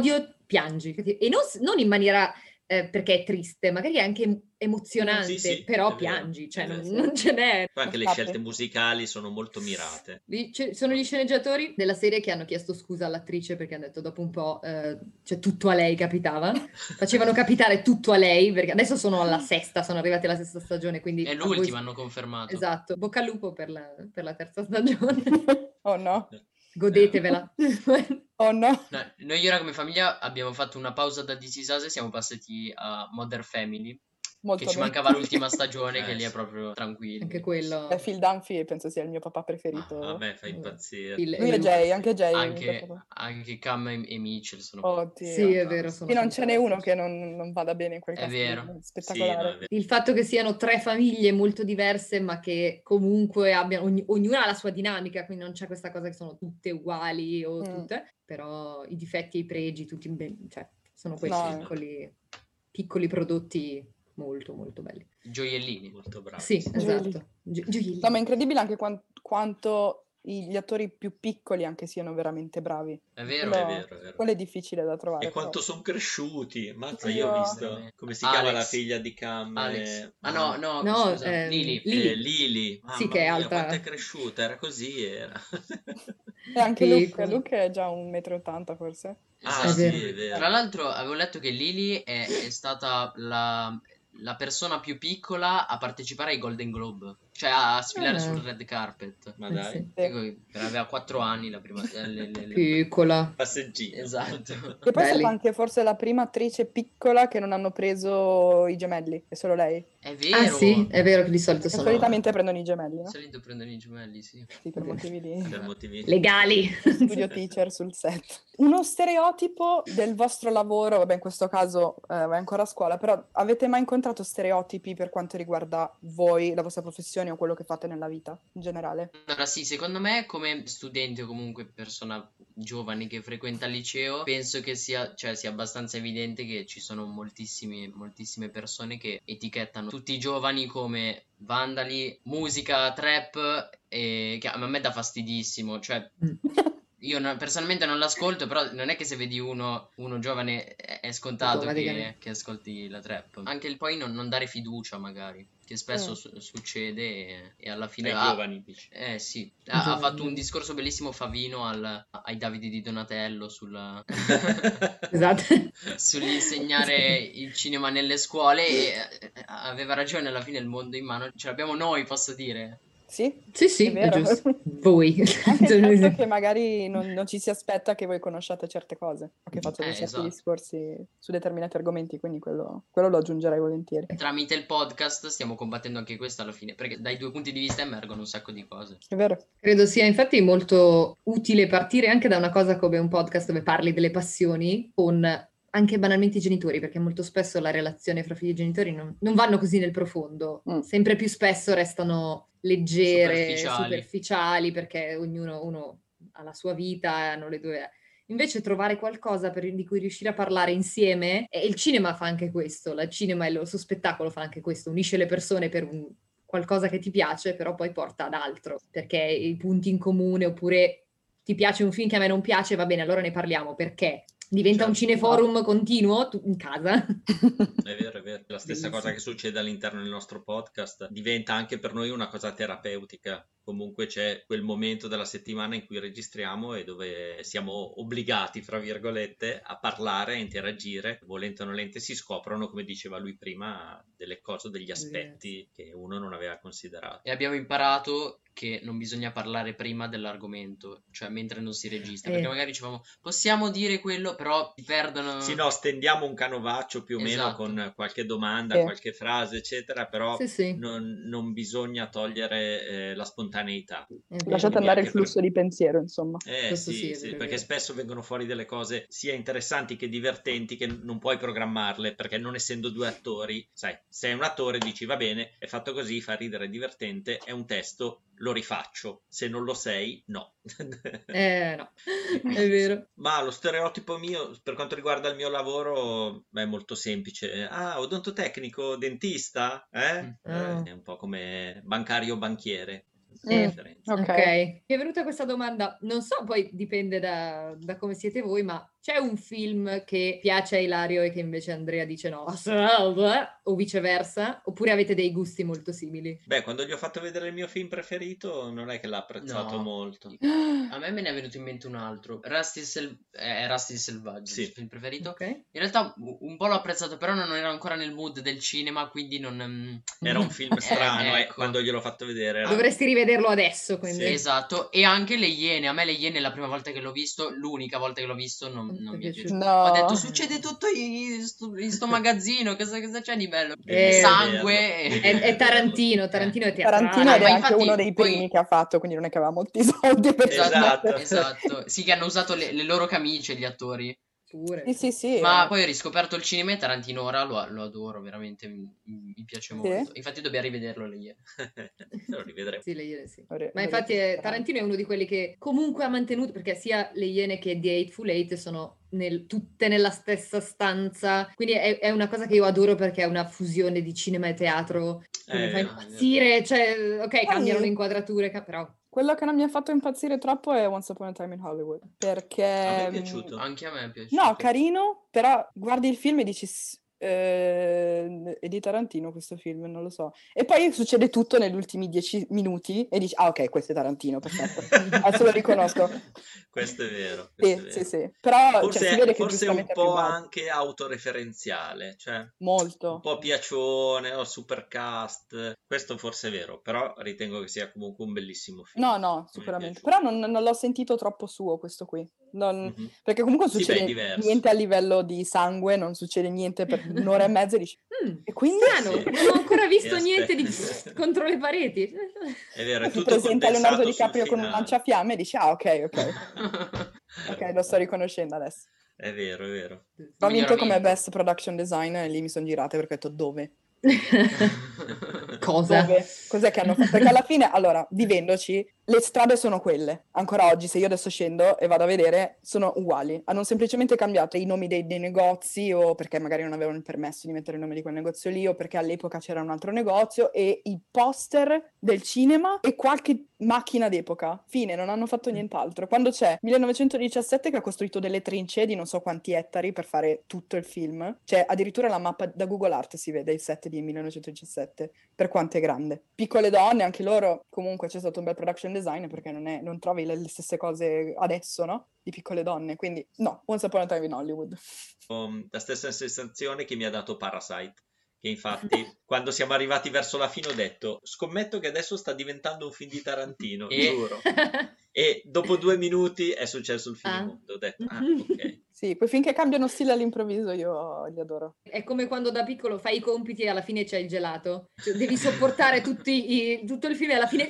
piangi. E non, s- non in maniera eh, perché è triste, magari è anche emozionante, Sì, sì, però è vero, piangi, cioè è non, vero. non ce n'è. Poi anche le Scappi. scelte musicali sono molto mirate. Lì ci sono gli sceneggiatori della serie che hanno chiesto scusa all'attrice perché hanno detto dopo un po', eh, cioè tutto a lei capitava. Facevano capitare tutto a lei, perché adesso sono alla sesta, sono arrivati alla sesta stagione, quindi È a voi- l'ultima, hanno confermato. Esatto, bocca al lupo per la, per la terza stagione. Oh no, Godetevela. oh no. No, noi ora come famiglia abbiamo fatto una pausa da This Is Us e siamo passati a Modern Family, Molto che ci bene. mancava l'ultima stagione, che Eh, lì è sì. proprio tranquillo. Anche quello. Beh, Phil Dunphy penso sia il mio papà Ma preferito. a me fa impazzire. Il- Lui e il- Jay, anche Jay. mi Anche, piace molto. anche Cam e, e Mitchell sono Oddio. Sì, è vero, sono Sì, non ce n'è fantastici. uno che non, non vada bene in quel È cast lì, vero. è Sì, no, spettacolare. è vero. Il fatto che siano tre famiglie molto diverse, ma che comunque abbiano, ogni- ognuna ha la sua dinamica, quindi non c'è questa cosa che sono tutte uguali o Mm. tutte, però i difetti e i pregi, tutti, ben- cioè, sono questi No. piccoli, piccoli prodotti molto, molto belli. gioiellini. Molto bravo. Sì, Gioielli. esatto. Gio- gioiellini. No, ma è incredibile anche quan- quanto i- gli attori più piccoli anche siano veramente bravi. È vero? Quello, È vero, è vero. quello è difficile da trovare. E quanto però. sono cresciuti. Mazza, Io- io ho visto come si chiama la Alex. figlia di Cam. Alex. eh, Ah no, no, No, scusa, ehm, Lily. Lily. eh, Lily. Mamma Sì, che è mia, alta. quanto è cresciuta, era così, era. E anche Luke, Piccoli. Luke è già un metro e ottanta forse. Ah, Esatto. È sì, vero. è vero. Tra l'altro avevo letto che Lily è, è stata la, la persona più piccola a partecipare ai Golden Globe, cioè a sfilare Ah. sul red carpet. Ma Eh, dai, sì. Ecco, aveva quattro anni la prima... eh, le- le- le- Piccola. passeggino. Esatto. E poi è Belli. stata anche forse la prima attrice piccola che non hanno preso i gemelli, è solo lei. È vero. Ah sì, è vero che di solito Perché sono solitamente prendono i gemelli, Di no? solito prendono i gemelli, sì. Sì, per motivi di Per motivi legali. studio teacher sul set. Uno stereotipo del vostro lavoro, vabbè in questo caso eh, vai ancora a scuola, però avete mai incontrato stereotipi per quanto riguarda voi, la vostra professione o quello che fate nella vita in generale? Allora sì, secondo me come studente o comunque persona giovane che frequenta il liceo, penso che sia, cioè, sia abbastanza evidente che ci sono moltissimi, moltissime persone che etichettano tutti i giovani come vandali, musica, trap, e che a me dà fastidissimo, cioè io no- personalmente non l'ascolto, però non è che se vedi uno, uno giovane è, è scontato che, Automaticamente. che ascolti la trap. Anche il poi non, non dare fiducia magari, che spesso Mm. su- succede e, e alla fine... ai ah, giovani, dici. eh sì, ha, ha Giovani. fatto un discorso bellissimo Favino al- ai Davide di Donatello sulla... Esatto. sull'insegnare il cinema nelle scuole e eh, aveva ragione, alla fine il mondo in mano ce l'abbiamo noi, posso dire. Sì? Sì, sì, È è, vero. giusto. Voi. Anche il fatto che magari non, non ci si aspetta che voi conosciate certe cose o che facciate Eh, certi esatto. discorsi su determinati argomenti, quindi quello, quello lo aggiungerei volentieri. Tramite il podcast stiamo combattendo anche questo alla fine, perché dai due punti di vista emergono un sacco di cose. È vero? Credo sia infatti molto utile partire anche da una cosa come un podcast dove parli delle passioni con anche banalmente i genitori, perché molto spesso la relazione fra figli e genitori non, non vanno così nel profondo, Mm. sempre più spesso restano leggere, Superficiali. superficiali, perché ognuno uno ha la sua vita, hanno le due... Invece trovare qualcosa per- di cui riuscire a parlare insieme, e il cinema fa anche questo, il cinema e il suo spettacolo fa anche questo, unisce le persone per un qualcosa che ti piace, però poi porta ad altro, perché i punti in comune, oppure ti piace un film che a me non piace, va bene, allora ne parliamo, perché diventa un Certo. cineforum continuo tu- in casa. È vero, è vero. La stessa Bellissimo. cosa che succede all'interno del nostro podcast diventa anche per noi una cosa terapeutica. Comunque c'è quel momento della settimana in cui registriamo e dove siamo obbligati, fra virgolette, a parlare, a interagire. Volente o nolente si scoprono, come diceva lui prima, delle cose, degli aspetti che uno non aveva considerato. E abbiamo imparato che non bisogna parlare prima dell'argomento, cioè mentre non si registra, Eh. perché magari dicevamo possiamo dire quello, però si perdono... Sì, no, stendiamo un canovaccio più o meno Esatto. con qualche domanda, Sì. qualche frase, eccetera, però Sì, sì, non, non bisogna togliere eh, la spontaneità. è vero. Lasciate Quindi andare il anche per- flusso di pensiero, insomma. Eh Questo sì, sì, è sì, vero, è perché vero. spesso vengono fuori delle cose sia interessanti che divertenti che non puoi programmarle, perché non essendo due attori, sai, sei un attore dici va bene, è fatto così, fa ridere, è divertente, è un testo, lo rifaccio, se non lo sei, no. Eh no, è vero. Ma lo stereotipo mio, per quanto riguarda il mio lavoro, beh, è molto semplice. Ah, odontotecnico, dentista, eh? Ah. Eh, È un po' come bancario o banchiere. la Mm. differenza. Ok. Ok, mi è venuta questa domanda, non so, poi dipende da, da come siete voi, ma c'è un film che piace a Ilario e che invece Andrea dice no, o viceversa, oppure avete dei gusti molto simili? Beh, quando gli ho fatto vedere il mio film preferito, non è che l'ha apprezzato No. molto. A me me ne è venuto in mente un altro. Rusty il Sel- eh, è Rusty il Selvaggio, Sì. il film preferito. Ok. In realtà u- un po' l'ho apprezzato, però non ero ancora nel mood del cinema, quindi non... mm, Era un film eh, strano, eh, ecco. quando gliel'ho fatto vedere. era- Dovresti rivederlo adesso, quindi. Sì. Esatto, e anche Le Iene. A me Le Iene la prima volta che l'ho visto, l'unica volta che l'ho visto, non, Non ti non è mi è piaciuto? piaciuto. Ho detto, No. succede tutto in sto, in sto magazzino, cosa, cosa c'è di bello? Eh, Devi Sangue. vederlo, e- devi È, è vederlo. Tarantino, Tarantino è teatrale. Tarantino Ah, ed ma è anche infatti uno dei poi- primi che ha fatto, quindi non è che aveva molti soldi per Esatto. permettersi. Esatto, sì che hanno usato le, le loro camicie gli attori. Pure. Sì, sì, sì. Ma eh. poi ho riscoperto il cinema e Tarantino ora lo, lo adoro, veramente mi, mi piace Sì? molto. Infatti dobbiamo rivederlo le Iene. Lo rivedremo. Sì, le Iene sì. Vorrei- Ma vorrei infatti eh, recuperare. Tarantino è uno di quelli che comunque ha mantenuto, perché sia Le Iene che The Hateful Eight sono nel- tutte nella stessa stanza, quindi è, è una cosa che io adoro perché è una fusione di cinema e teatro che Eh, mi fa eh, impazzire, cioè, ok, cambiano Poi- le inquadrature, ca- però... Quello che non mi ha fatto impazzire troppo è Once Upon a Time in Hollywood, perché... A me è mm, piaciuto. Anche a me è piaciuto. No, carino, però guardi il film e dici... "S- eh, è di Tarantino questo film, non lo so." E poi succede tutto negli ultimi dieci minuti e dici, ah ok, questo è Tarantino, perfetto. Adesso lo riconosco. Questo è vero. Sì, questo è sì, vero. sì. Però cioè, Forse, si vede che forse è un giustamente è più po' budget. anche autoreferenziale, cioè un Molto. po' piacione o supercast. Questo forse è vero, però ritengo che sia comunque un bellissimo film. No, no, Mi è sicuramente. piaciuto. Però non, non l'ho sentito troppo suo questo qui. Non- Mhm. Perché comunque Sì, beh, è succede diverso. niente a livello di sangue, non succede niente per un'ora e mezza e dici... Mm, E quindi? strano, Sì. non ho ancora visto E niente di aspetta. contro le pareti. È vero, è Si tutto presenta Leonardo condensato sul DiCaprio con un finale. lanciafiamme e dici, ah ok, ok. Ok, lo sto riconoscendo adesso. È vero, è vero. Ho vinto come Miglioramento. Best Production Design e lì mi sono girata perché ho detto dove? Cosa? Dove? Cos'è che hanno fatto? Perché alla fine, allora, vivendoci, le strade sono quelle. Ancora oggi, se io adesso scendo e vado a vedere, sono uguali. Hanno semplicemente cambiato i nomi dei, dei negozi o perché magari non avevano il permesso di mettere il nome di quel negozio lì o perché all'epoca c'era un altro negozio e i poster del cinema e qualche macchina d'epoca. Fine, non hanno fatto nient'altro. Quando c'è millenovecentodiciassette che ha costruito delle trincee di non so quanti ettari per fare tutto il film, c'è addirittura la mappa da Google Earth si vede il set di millenovecentodiciassette, per quanto è grande. Piccole donne, anche loro, comunque c'è stato un bel production design perché non, è, non trovi le, le stesse cose adesso, no? Di piccole donne, quindi no, Once Upon a Time in Hollywood. Um, la stessa sensazione che mi ha dato Parasite, che infatti quando siamo arrivati verso la fine ho detto scommetto che adesso sta diventando un film di Tarantino, E- giuro. E dopo due minuti è successo il Ah. finimondo, ho detto ah ok. Sì, poi finché cambiano stile all'improvviso io li adoro. È come quando da piccolo fai i compiti e alla fine c'è il gelato. Cioè, devi sopportare tutti i- tutto il film e alla fine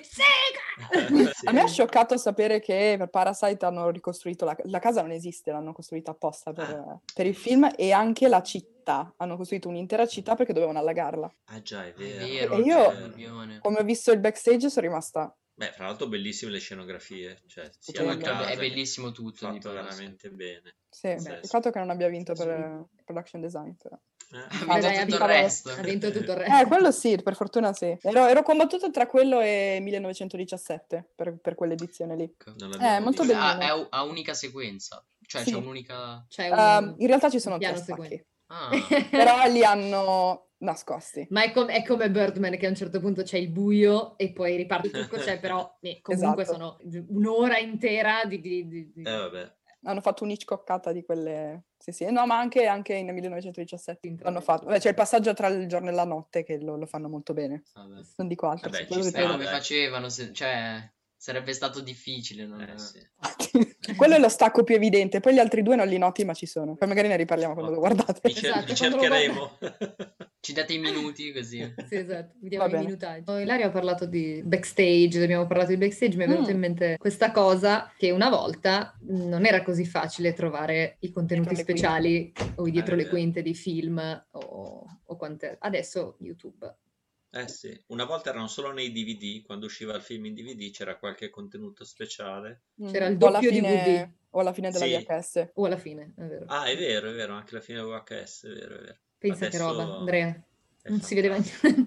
sega! Sì. A me è scioccato sapere che per Parasite hanno ricostruito la, la casa, non esiste, l'hanno costruita apposta per, Ah. per il film e anche la città. Hanno costruito un'intera città perché dovevano allagarla. Ah già, è È vero. vero, E io- il alluvione. Come ho visto il backstage sono rimasta... Beh, fra l'altro bellissime le scenografie, cioè sia Stupendo. la casa È che- bellissimo tutto di fatto Parasite. veramente bene. Sì, Sì, peccato che non abbia vinto Sì, per production design. Però. Eh, Ha Ah, vinto dai, tutto il abitavo- resto. Ha vinto tutto il resto. Eh, quello sì, per fortuna sì. Ero, ero combattuta tra quello e millenovecentodiciassette per, per quell'edizione lì. non Eh, l'abbiamo molto visto. bellino. Ha, è a unica sequenza. Cioè Sì. c'è un'unica... C'è Um, un, in realtà ci sono un tre piano stacchi, sequenza. Ah, però li hanno nascosti. Ma è, com- è come Birdman che a un certo punto c'è il buio e poi riparte tutto, cioè però eh, comunque Esatto. sono un'ora intera di... di- di- di- Eh vabbè. Hanno fatto un'Hitchcockata di quelle... Sì, sì. No, ma anche, anche in millenovecentodiciassette Intravedo. hanno fatto... Beh, c'è il passaggio tra il giorno e la notte che lo, lo fanno molto bene. vabbè. Non dico altro. Vabbè, su quello ci vi sta, Eh, prego. come dai. facevano? se- cioè, sarebbe stato difficile. Non... Eh, sì. Quello è lo stacco più evidente, poi gli altri due non li noti ma ci sono. Poi magari ne riparliamo quando lo guardate. Vi, cer- Esatto, vi quando lo cercheremo. Ci date i minuti così. Sì, esatto, vediamo Va i bene. minutaggi. Oh, Ilaria ha parlato di backstage, abbiamo parlato di backstage, mi è venuta Mm. in mente questa cosa che una volta mh, non era così facile trovare i contenuti Dietro le speciali o i dietro Eh, le è vero. quinte di film o, o quante... Adesso YouTube. Eh sì, una volta erano solo nei D V D, quando usciva il film in D V D c'era qualche contenuto speciale. C'era il O alla doppio fine- D V D. O alla fine della Sì. V H S. O alla fine, è vero. Ah, è vero, è vero, anche la fine V H S, è vero, è vero. Pensa che Adesso roba, Andrea. è Non si vedeva fantastico. niente.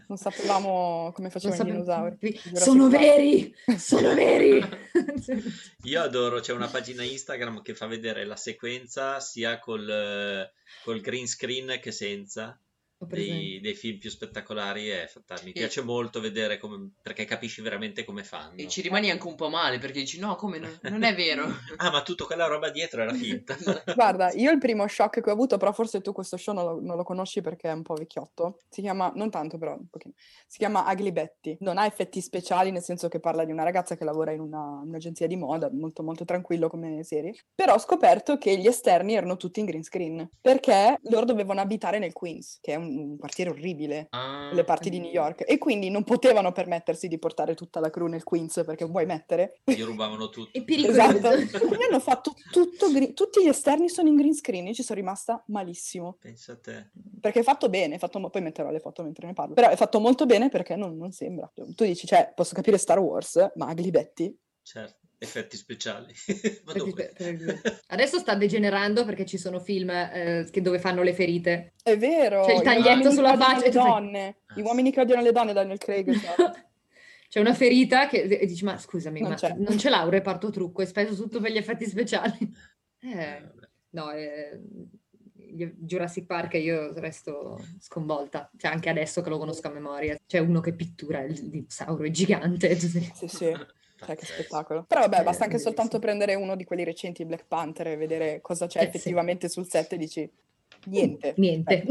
Non sapevamo come Non facevano i sape- dinosauri. Jurassic Sono Park. veri! Sono veri! Io adoro, c'è una pagina Instagram che fa vedere la sequenza sia col, eh, col green screen che senza Ho presente. dei, dei film più spettacolari. È fanta- Mi E- piace molto vedere come, perché capisci veramente come E fanno. ci rimani anche un po' male perché dici no, come no- non è vero. Ah, ma tutta quella roba dietro era finta. Guarda, io il primo shock che ho avuto, però forse tu questo show non lo, non lo conosci perché è un po' vecchiotto. Si chiama, non tanto però, un pochino. Si chiama Ugly Betty. Non ha effetti speciali, nel senso che parla di una ragazza che lavora in una- un'agenzia di moda, molto molto tranquillo come serie. Però ho scoperto che gli esterni erano tutti in green screen, perché loro dovevano abitare nel Queens, che è un, un quartiere orribile, Ah, le parti di New York, e quindi non potevano permettersi di portare tutta la crew nel Queens, perché vuoi mettere? Gli rubavano tutto. È pericoloso. Esatto. Quindi hanno fatto tutto, gre- tutti gli esterni sono in green screen, io ci sono rimasta malissimo. Pensa a te. Perché è fatto bene, è fatto mo- poi metterò le foto mentre ne parlo. Però è fatto molto bene perché non, non sembra. Tu dici, cioè, posso capire Star Wars, ma Ugly Betty? Certo, effetti speciali. Ma Perché- dove? perché- Adesso sta degenerando perché ci sono film eh, che- dove fanno le ferite. È vero! C'è il gli taglietto uomini che sulla odiano faccia e le tu fai- donne. Ah, Gli uomini che odiano le donne, Daniel Craig. esatto. C'è una ferita che e dici, ma scusami, Non ma c'è. non ce l'ha un reparto trucco, hai speso tutto per gli effetti speciali. Eh, Eh, vabbè. no, eh, gli- Jurassic Park io resto sconvolta, cioè anche adesso che lo conosco a memoria. C'è uno che pittura il dinosauro, è gigante. Sì, sì. Cioè, che Pazzesco. spettacolo. Però vabbè, Eh, basta anche bellissimo. soltanto prendere uno di quelli recenti, Black Panther, e vedere cosa c'è Eh, sì. effettivamente sul set e dici, niente. Niente.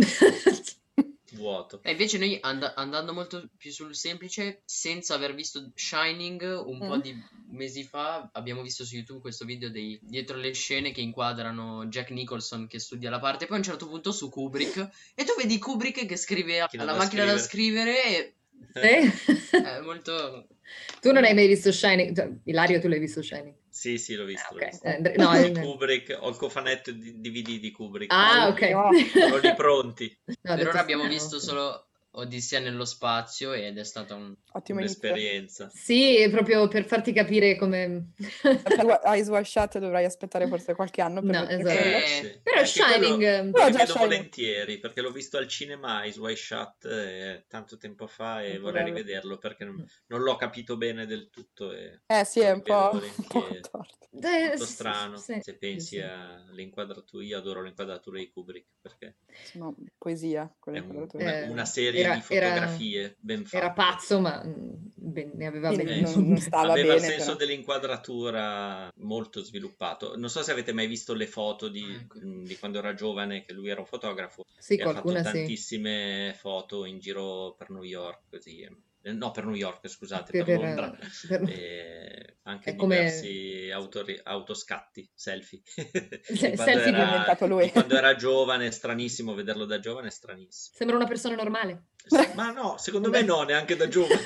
Vuoto. E invece noi and- andando molto più sul semplice, senza aver visto Shining, un po' Mm. di mesi fa abbiamo visto su YouTube questo video dei dietro le scene che inquadrano Jack Nicholson che studia la parte, poi a un certo punto su Kubrick e tu vedi Kubrick che scrive Macchina alla da macchina da scrivere. scrivere e Sì? è molto... Tu non hai mai visto Shining? Cioè, Ilario, tu l'hai visto Shining? Sì, sì, l'ho visto. Ah, l'ho ok. visto. Eh, Andre- no, Di eh, Kubrick, ho il cofanetto di D V D di Kubrick. Ah, Ah, ok. no. Sono lì pronti. No, Per detto ora abbiamo strano, visto sì. solo Odissea nello spazio ed è stata un... Ottimo inizio. Un'esperienza. Sì, è proprio per farti capire come... Per Eyes Wide Shut dovrai aspettare forse qualche anno per No, vedere esatto. quello. Eh, sì. Però Anche quello Shining, eh, lo Però già rivedo Shining. volentieri perché l'ho visto al cinema Eyes Wide Shut eh, tanto tempo fa e Molto vorrei bello. rivederlo perché non, non l'ho capito bene del tutto e Eh sì, è lo un po', rivedo un po' volentieri. contorto. Eh, Molto sì, strano sì, se pensi sì. alle inquadrature. Io adoro le inquadrature di Kubrick perché Sono poesia, quelle è un- inquadrature. una, Eh, una serie era- di fotografie ben fatte. Era pazzo, ma mm, ben- ne aveva Sì, ben... non, non stava Aveva il bene, senso però. dell'inquadratura molto sviluppato. Non so se avete mai visto le foto di, Ecco. di quando era giovane, che lui era un fotografo Sì, e ha fatto qualcuna sì. tantissime foto in giro per New York, così. Eh, No, per New York, scusate, Per- per, per- Londra. per- E anche È come- diversi autori- autoscatti, selfie. Di Se- quando selfie era- diventato lui. di quando era giovane, stranissimo, vederlo da giovane è stranissimo. Sembra una persona normale. Sì, ma no, secondo me no, neanche da giovane.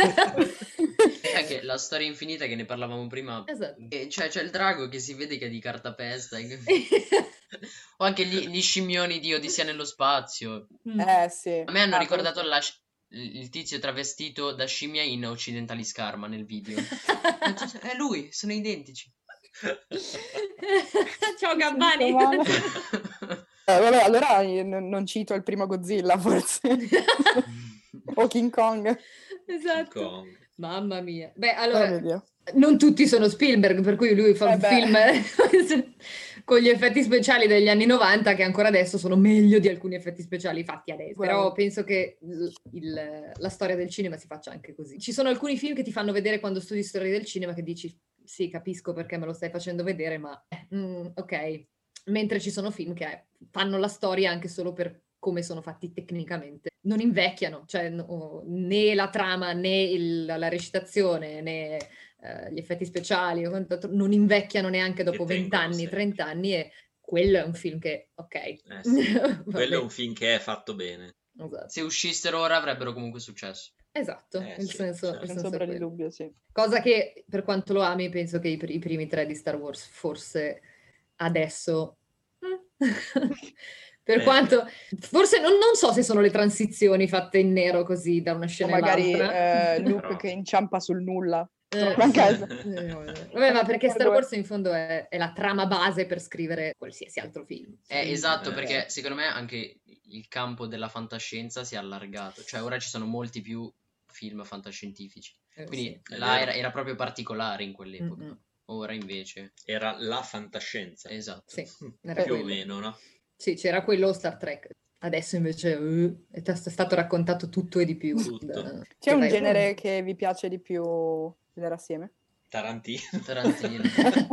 È anche la storia infinita che ne parlavamo prima. Esatto. E cioè c'è il drago che si vede che è di cartapesta. e- O anche gli, gli scimmioni di Odissea nello spazio. Mm. Eh sì. A me hanno Ah, ricordato quello la sci- il tizio travestito da scimmia in Occidentally Scarma nel video. È lui, sono identici. Ciao sì. Gabbani. Male. Eh, vabbè, allora io non non cito il primo Godzilla, forse. O King Kong. Esatto. Kong. Mamma mia. Beh, Oh allora, mio Dio. non tutti sono Spielberg, per cui lui fa Eh un beh. film con gli effetti speciali degli anni novanta che ancora adesso sono meglio di alcuni effetti speciali fatti adesso. Guarda. Però penso che il- il- la storia del cinema si faccia anche così. Ci sono alcuni film che ti fanno vedere quando studi storia del cinema che dici sì, capisco perché me lo stai facendo vedere, ma eh, mm, ok. Mentre ci sono film che fanno la storia anche solo per come sono fatti tecnicamente. Non invecchiano, cioè no- né la trama né il- la recitazione né eh, gli effetti speciali o quant'altro non invecchiano neanche dopo Che tengono venti anni, sempre. trenta anni e quello è un film che, ok. Eh sì, Va quello è bene. un film che è fatto bene. Esatto, Se uscissero ora avrebbero comunque successo. esatto, Eh il sì, senso, certo. il Senza senso è ombra di quello. dubbio, sì. Cosa che per quanto lo ami, penso che i, pr- i primi tre di Star Wars forse adesso... Per Eh. quanto... Forse non, non so se sono le transizioni fatte in nero così da una O scena magari all'altra. eh, Luke Però- che inciampa sul nulla. Eh, Torna a casa. eh, Vabbè, ma perché Star Wars in fondo è, è la trama base per scrivere qualsiasi altro film. Eh, Quindi, esatto, eh. perché secondo me anche il campo della fantascienza si è allargato. Cioè ora ci sono molti più film fantascientifici. Eh, Quindi sì. là È era, vero. era proprio particolare in quell'epoca. Mm-mm. Ora invece, Era la fantascienza, esatto. Sì, era più o quello. meno, no? Sì, c'era quello Star Trek. Adesso invece uh, è t- è stato raccontato tutto e di più. Tutto. da- C'è che un vai- genere che vi piace di più vedere assieme? Tarantino. Tarantino.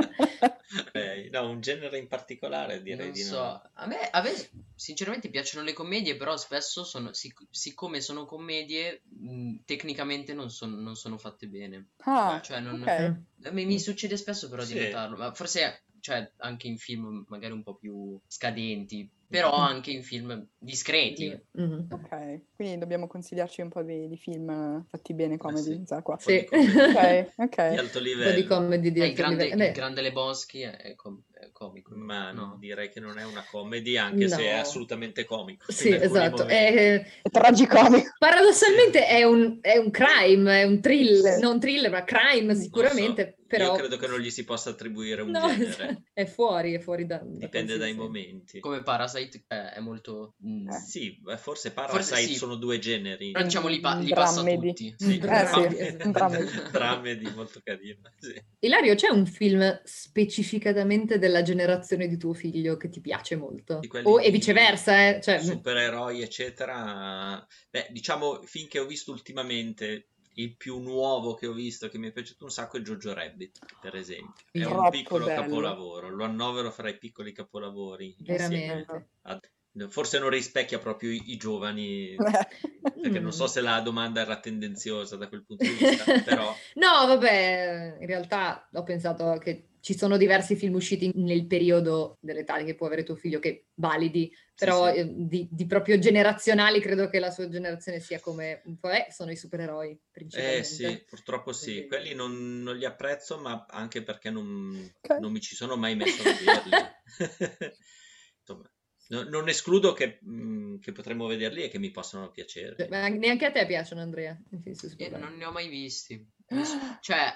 Eh, no, un genere in particolare direi Non di so, no. a me, a me sinceramente piacciono le commedie, però spesso sono, sic- siccome sono commedie, mh, tecnicamente non, son- non sono fatte bene. Ah, Cioè, non, ok. Mm. mi, mi succede spesso però di Sì. notarlo, ma forse cioè, anche in film magari un po' più scadenti, però Mm. anche in film discreti. Mhm. Ok, quindi dobbiamo consigliarci un po' di, di film fatti bene, comedy, sì. mi sa qua. po' di Sì. commedia. Ok, ok. Di alto Un po' di livello. comedy di Eh, il alto grande, livello. il Beh, grande Lebowski è, è com- è comico, Ma no? direi che non è una comedy, anche se è no. assolutamente comico Sì, in alcuni esatto. momenti. È- È tragicomico. paradossalmente Sì. è un, è un crime, è un thriller, Sì. non thriller, ma crime Non so, sicuramente, però... io credo che non gli si possa attribuire un No, genere, esatto. È fuori, è fuori da... da dipende dai qualsiasi- momenti. Come Parasite eh, è molto... mm, Eh. Sì, beh, forse Parasite Forse sì. sono due generi. Però diciamo li, pa- Un li passa drammedy. tutti. Un Sì, drammedy, Eh sì, esatto. un drammedy. Drammedy molto carino. Sì. Ilario, c'è un film specificatamente della generazione di tuo figlio che ti piace molto? Di quelli O e di viceversa, eh? Cioè, supereroi, eccetera. Beh, diciamo, film che ho visto ultimamente, il più nuovo che ho visto, che mi è piaciuto un sacco, è Jojo Rabbit, per esempio. È un Troppo piccolo bello. capolavoro, lo annovero fra i piccoli capolavori. veramente. insieme a- Forse non rispecchia proprio i, i giovani, perché non so Mm. se la domanda era tendenziosa da quel punto di vista, però... No, vabbè, in realtà ho pensato che ci sono diversi film usciti nel periodo dell'età che può avere tuo figlio che validi, però sì. eh, di, di proprio generazionali credo che la sua generazione sia come un po' eh, sono i supereroi Eh principalmente. sì, purtroppo sì, Quindi- quelli non, non li apprezzo, ma anche perché non, Ok. non mi ci sono mai messo a vederli. Insomma, no- non escludo che, mh, che potremmo vederli e che mi possano piacere. Cioè, ma neanche a te piacciono, Andrea? i film su Io supereroi? non ne ho mai visti. Ness- Cioè,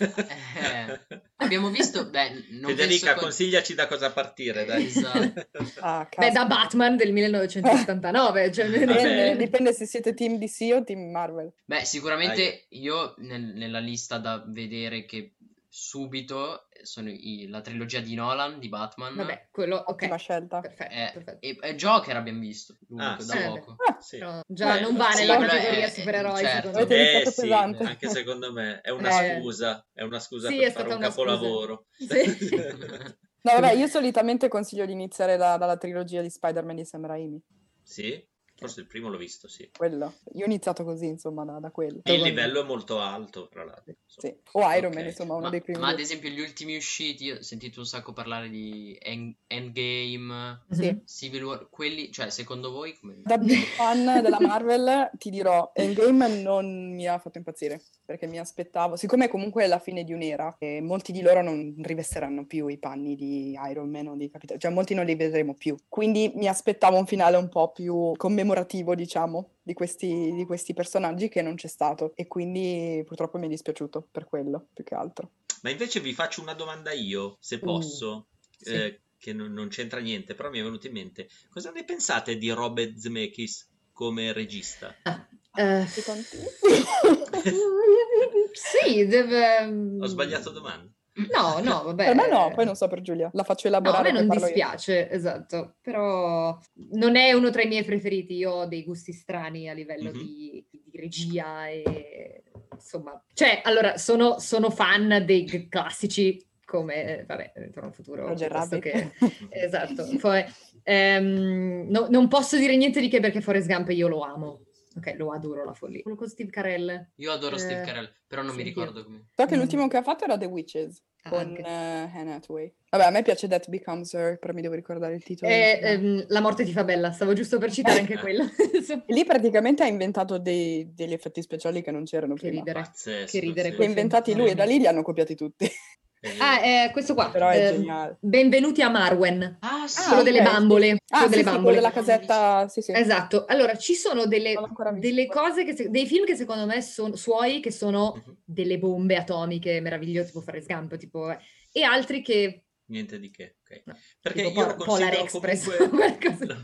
eh, abbiamo visto... Beh, non Federica, penso con- consigliaci da cosa partire, dai. Esatto. Ah, Beh, caspita. da Batman del millenovecentosettantanove, cioè, Vabbè. Dipende, dipende se siete team D C o team Marvel. Beh, sicuramente io nel- nella lista da vedere che subito sono i- la trilogia di Nolan di Batman vabbè, quello, ok, Ottima scelta. perfetto, eh, perfetto. e, e Joker abbiamo visto, l'unico Ah, da sì. Eh, poco. Ah, Sì. Però già Beh, non va sì, nella quello categoria è- supereroi, certo. secondo Avete me. Eh iniziato sì, pesante. anche secondo me è una Eh. scusa, è una scusa Sì, per è fare stata un una scusa. capolavoro. Sì. No, vabbè, io solitamente consiglio di iniziare da- dalla trilogia di Spider-Man di Sam Raimi. Sì? Forse il primo l'ho visto, sì. Quello. Io ho iniziato così, insomma, da, da quello. Il livello è molto alto, tra l'altro. Sì. O Iron Ok. Man, insomma, uno Ma, dei primi ma ad due. esempio gli ultimi usciti, io ho sentito un sacco parlare di End- Endgame, Sì. Mhm. Civil War, quelli, cioè secondo voi come... Da big fan della Marvel ti dirò, Endgame non mi ha fatto impazzire, perché mi aspettavo, siccome comunque è la fine di un'era, e molti di loro non rivesteranno più i panni di Iron Man o di Capitano, cioè molti non li vedremo più, quindi mi aspettavo un finale un po' più commemorativo, diciamo, di questi, di questi personaggi che non c'è stato, e quindi purtroppo mi è dispiaciuto per quello, più che altro. Ma invece vi faccio una domanda io, se posso, sì. eh, che non, non c'entra niente, però mi è venuto in mente. Cosa ne pensate di Robert Zemeckis come regista? Ah, eh, Ti continui? sì, deve... Ho sbagliato domanda. No, no, vabbè. Per me no, poi non so per Giulia, la faccio No, a elaborare. me non poi parlo io. dispiace, esatto, però non è uno tra i miei preferiti, io ho dei gusti strani a livello Mhm. di, di regia e insomma, cioè, allora, sono, sono fan dei g- classici come, vabbè, Ritorno al futuro, Roger piuttosto Rabbit. che... Esatto, poi, ehm, no- non posso dire niente di che perché Forrest Gump io lo amo, ok, lo adoro la follia. Quello con Steve Carell. Io adoro Steve Eh, Carell, però non sì, mi anch'io. ricordo come... So che Mm. l'ultimo che ha fatto era The Witches, Ah, con anche. eh, Anne Hathaway. Vabbè, a me piace That Becomes Her, però mi devo ricordare il titolo. Eh, originale. ehm, La morte ti fa bella, stavo giusto per citare anche Eh. quello. E lì praticamente ha inventato dei- degli effetti speciali che non c'erano Che prima. ridere. Pazzesco, Che ridere sì. Li ha inventati lui e da lì li hanno copiati tutti. È vero. Ah, eh, questo qua. Però è eh, geniale. Benvenuti a Marwen. Ah, sì! quello delle ok, sì. bambole. Ah, quello sì, delle sì, quello bambole. della casetta, sì, sì. Esatto. Allora, ci sono delle, Non l'ho ancora visto. delle cose, che se- dei film che secondo me sono suoi, che sono Mhm. delle bombe atomiche meravigliose, tipo Forrest Gump, tipo, eh, e altri che... Niente di che, ok. no, Perché tipo io lo Pol- Polar considero Express, comunque... qualcosa.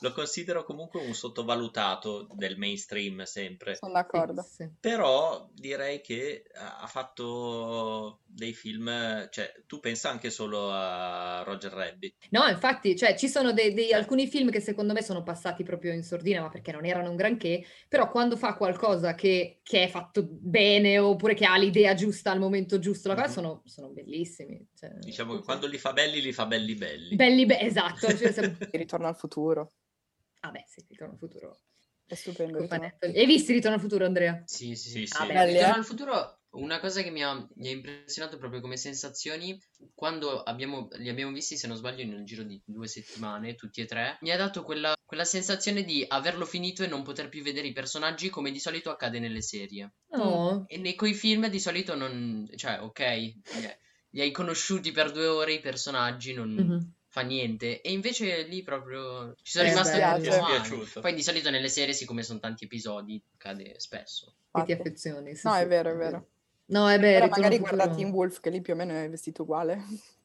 lo considero comunque un sottovalutato del mainstream sempre. Sono d'accordo. Sì, sì. Però direi che ha ha fatto dei film, cioè tu pensa anche solo a Roger Rabbit. No, infatti, cioè ci sono dei, dei- Eh. alcuni film che secondo me sono passati proprio in sordina, ma perché non erano un granché, però quando fa qualcosa che, che è fatto bene oppure che ha l'idea giusta al momento giusto, la cosa, Mhm. sono, sono bellissimi. Cioè, Diciamo sì, che sì. quando li fa belli, li fa belli belli. Belli, be- esatto. Cioè, se- Ritorno al futuro. Ah beh, sì, Ritorno al futuro. È stupendo. Ritorno al Cofanetto. Hai visto Ritorno al futuro, Andrea? Sì, sì, Sì, sì. sì. beh, Belli, Ritorno eh? al futuro, una cosa che mi ha, mi ha impressionato proprio come sensazioni, quando abbiamo, li abbiamo visti, se non sbaglio, nel giro di due settimane, tutti e tre, mi ha dato quella, quella sensazione di averlo finito e non poter più vedere i personaggi come di solito accade nelle serie. No. E nei coi film di solito non, cioè, ok, li hai, li hai conosciuti per due ore i personaggi, non Mhm. fa niente. E invece lì proprio ci sono Eh, rimasto bello. molto Ti è male. spiaciuto? Poi di solito nelle serie, siccome sono tanti episodi, cade spesso. Che ti Infatti. affezioni. Sì, No, sì. è vero, è vero. No, è beh, Ora Ritorno magari al guarda futuro. Teen Wolf, che lì più o meno è vestito uguale.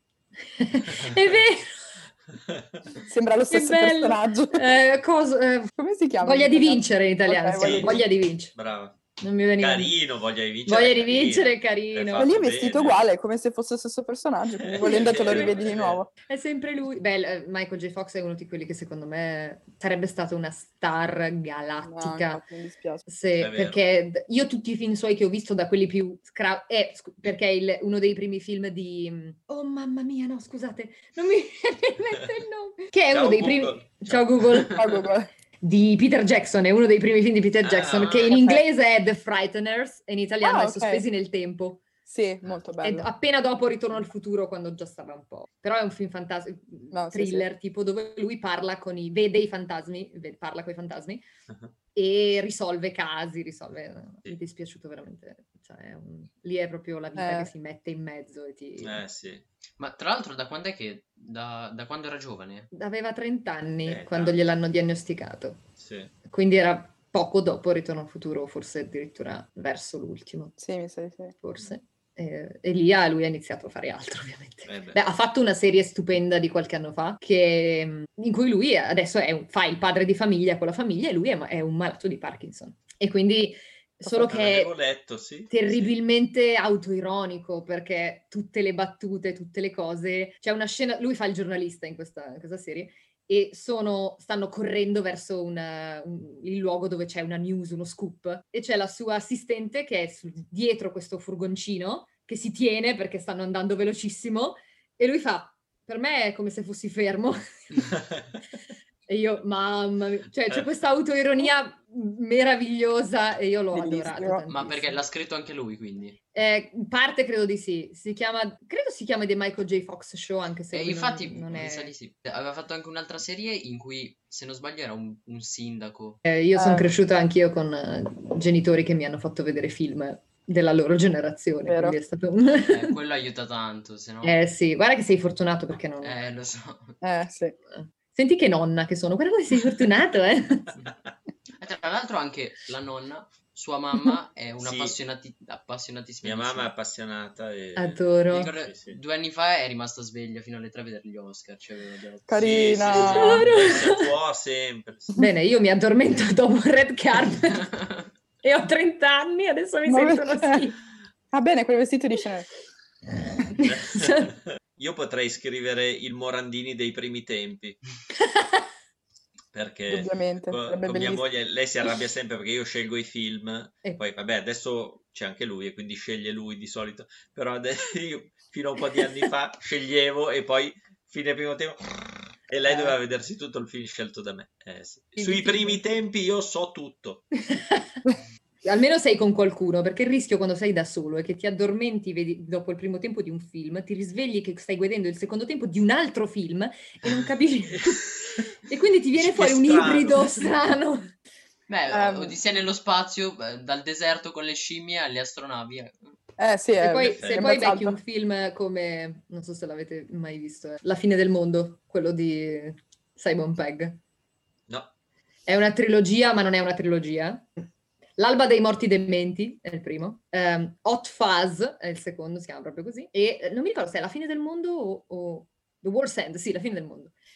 È vero. Sembra lo Che stesso bello. personaggio. Eh, cosa- eh, Come si chiama? Voglia in di italiano? vincere in italiano, Ok, si Sì, chiama Voglia di vincere. brava. Non mi veniva. Carino, voglia di vincere. Voglia è di carino. vincere, È carino. Ma lì è fatto vestito bene. uguale, è come se fosse lo stesso personaggio, quindi volendo te lo È vero, rivedi è di vero. nuovo. È sempre lui. Beh, eh, Michael J. Fox è uno di quelli che secondo me sarebbe stato una star No, galattica. infatti mi dispiace. Se- È vero. perché d- io tutti i film suoi che ho visto da quelli più scra- eh, scu- perché il- uno dei primi film di oh mamma mia, no, scusate, non mi viene in mente il nome. Che è Ciao, uno dei Google. primi Ciao Google. Ciao Google. Di Peter Jackson, è uno dei primi film di Peter Ah, Jackson, che in ok. inglese è The Frighteners e in italiano Ah, è ok. Sospesi nel tempo. Sì, molto È bello. appena dopo Ritorno al futuro, quando già stava un po'. Però è un film fantasmico, No, sì, thriller, tipo dove lui parla con i, vede i fantasmi, ve- parla con i fantasmi Uh-huh. e risolve casi, risolve... Sì. Mi è dispiaciuto veramente. Cioè, è un- lì è proprio la vita Eh. che si mette in mezzo e ti... Eh sì. Ma tra l'altro da quando è che... Da, da quando era giovane? Aveva trenta anni Eh, quando tanto. gliel'hanno diagnosticato. Sì. Quindi era poco dopo Ritorno al futuro, forse addirittura verso l'ultimo, Sì, mi sa di sì. forse. E, e lì ha- lui ha iniziato a fare altro, ovviamente. Eh beh. Beh, ha fatto una serie stupenda di qualche anno fa, che, in cui lui adesso è un- fa il padre di famiglia con la famiglia e lui è, è un malato di Parkinson. E quindi, solo Ah, che l'avevo letto, sì. sì. terribilmente autoironico, perché tutte le battute, tutte le cose... C'è una scena, lui fa il giornalista in questa, in questa serie, e sono, stanno correndo verso una- un- il luogo dove c'è una news, uno scoop, e c'è la sua assistente che è su- dietro questo furgoncino, che si tiene perché stanno andando velocissimo, e lui fa, per me è come se fossi fermo. E io, mamma mia, cioè c'è questa autoironia meravigliosa e io l'ho Bellissimo. adorato Ma tantissimo. Ma perché l'ha scritto anche lui, quindi? Eh, in parte credo di sì, si chiama, credo si chiami The Michael J. Fox Show, anche se E lui non- infatti, non, mi sa è... di sì. Aveva fatto anche un'altra serie in cui, se non sbaglio, era un, un sindaco. Eh, io sono Eh. cresciuta anch'io con eh, genitori che mi hanno fatto vedere film della loro generazione, Vero. quindi è stato un... Eh, quello aiuta tanto, se no... Eh sì, guarda che sei fortunato perché non... Eh, lo so. Eh, sì. Senti che nonna che sono, guarda come sei fortunato, eh! E tra l'altro anche la nonna, sua mamma, è una Sì. appassionati- appassionatissima Mia di mamma è cinema. appassionata e... Mi Adoro. ricordo, Sì, sì. due anni fa è rimasta sveglia fino alle tre a vedere gli Oscar, cioè aveva già... Carina. Sì, sì, sì. Adoro. Se può sempre. Bene, io mi addormento dopo il red carpet e ho trenta anni, adesso mi Ma sentono perché? sì. Ah, bene, quel vestito di Chanel. Io potrei scrivere il Morandini dei primi tempi, perché Ovviamente, co- sarebbe con mia bellissimo. moglie lei si arrabbia sempre perché io scelgo i film, Eh. poi vabbè adesso c'è anche lui e quindi sceglie lui di solito, però ade- io fino a un po' di anni fa sceglievo e poi fine primo tempo e lei Eh. doveva vedersi tutto il film scelto da me. Eh, sì. Il Sui film. primi tempi io so tutto. Almeno sei con qualcuno, perché il rischio quando sei da solo è che ti addormenti vedi, dopo il primo tempo di un film, ti risvegli che stai guardando il secondo tempo di un altro film e non capisci. E quindi ti viene Che fuori un strano. ibrido strano. Beh, Ehm. Odissea nello spazio, eh, dal deserto con le scimmie alle astronavi. eh. Eh sì, Se è, poi, perfetto. se è poi imbarazzo. becchi un film come, non so se l'avete mai visto, eh, La fine del mondo, quello di Simon Pegg. No, È una trilogia, ma non è una trilogia. L'alba dei morti dementi è il primo. Ehm, Hot Fuzz è il secondo, si chiama proprio così. E eh, non mi ricordo se è La fine del mondo o, o The World's End, sì, La fine del mondo.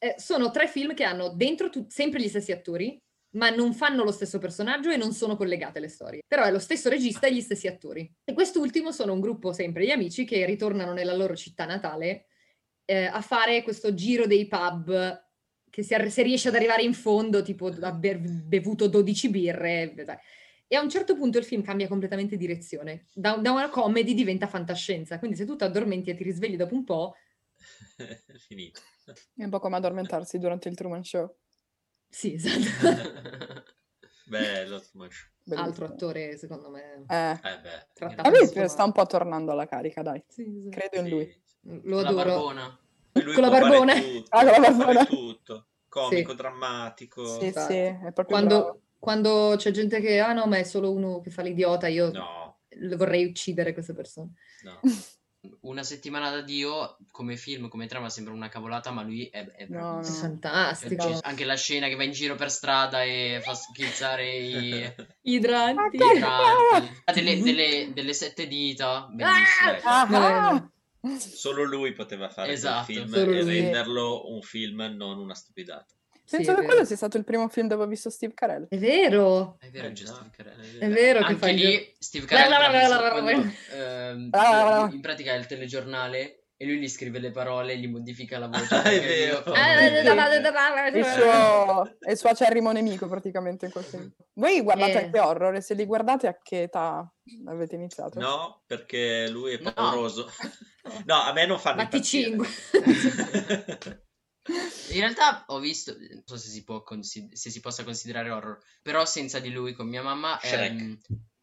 Eh, sono tre film che hanno dentro tu- sempre gli stessi attori, ma non fanno lo stesso personaggio e non sono collegate le storie. Però è lo stesso regista e gli stessi attori. E quest'ultimo sono un gruppo, sempre gli amici, che ritornano nella loro città natale eh, a fare questo giro dei pub, che si, ar- se riesce ad arrivare in fondo, tipo aver bevuto dodici birre. E a un certo punto il film cambia completamente direzione. Da, da una comedy diventa fantascienza. Quindi se tu ti addormenti e ti risvegli dopo un po'... Finito. È un po' come addormentarsi durante il Truman Show. Sì, esatto. Bello, Truman Show. Bellissimo. Altro attore, secondo me, Eh. Eh beh. trattato A lui molto sta male. un po' tornando alla carica, dai. Sì, sì. Credo in lui. Sì. Lo La adoro. barbona. E lui Con la può fare barbona. tutto, Ah, con la può barbona. fare tutto. Comico, Sì. drammatico. Sì, Infatti. sì, è proprio Quando, bravo. quando c'è gente che, ah no, ma è solo uno che fa l'idiota, io No, l- vorrei uccidere queste persone. no. Una settimana da Dio, come film, come trama, sembra una cavolata, ma lui è, è No, È no. bravissimo. Cioè, fantastico. ci- anche la scena che va in giro per strada e fa schirizzare i Idranti. Ok. idranti. Ha delle, delle- delle sette dita, bellissimo. Eh, Ah, No, no, ah. no. Solo lui poteva fare Esatto, quel film solo e lui. renderlo un film, non una stupidata. Sì, Penso è che vero. quello sia stato il primo film dove ho visto Steve Carell. È vero. È vero, Eh, già già, Steve Carell. È vero che Anche fa il lì giro- Steve Carell Bla, bla, bla, bravissimo, bla, bla, quando, bla. ehm, Bla, bla, bla. in pratica è il telegiornale e lui gli scrive le parole, gli modifica la voce. Ah, è perché vero. io fa- Ah, Sì, sì. È il Cioè- suo, è il suo acerrimo nemico praticamente in quel film. Voi guardate Eh. anche horror e se li guardate a che età avete iniziato? No, perché lui è No. pauroso. No, a me non fanno impazzire. Batticingue. In realtà ho visto, non so se si, può consid- se si possa considerare horror, però senza di lui con mia mamma Shrek. ehm,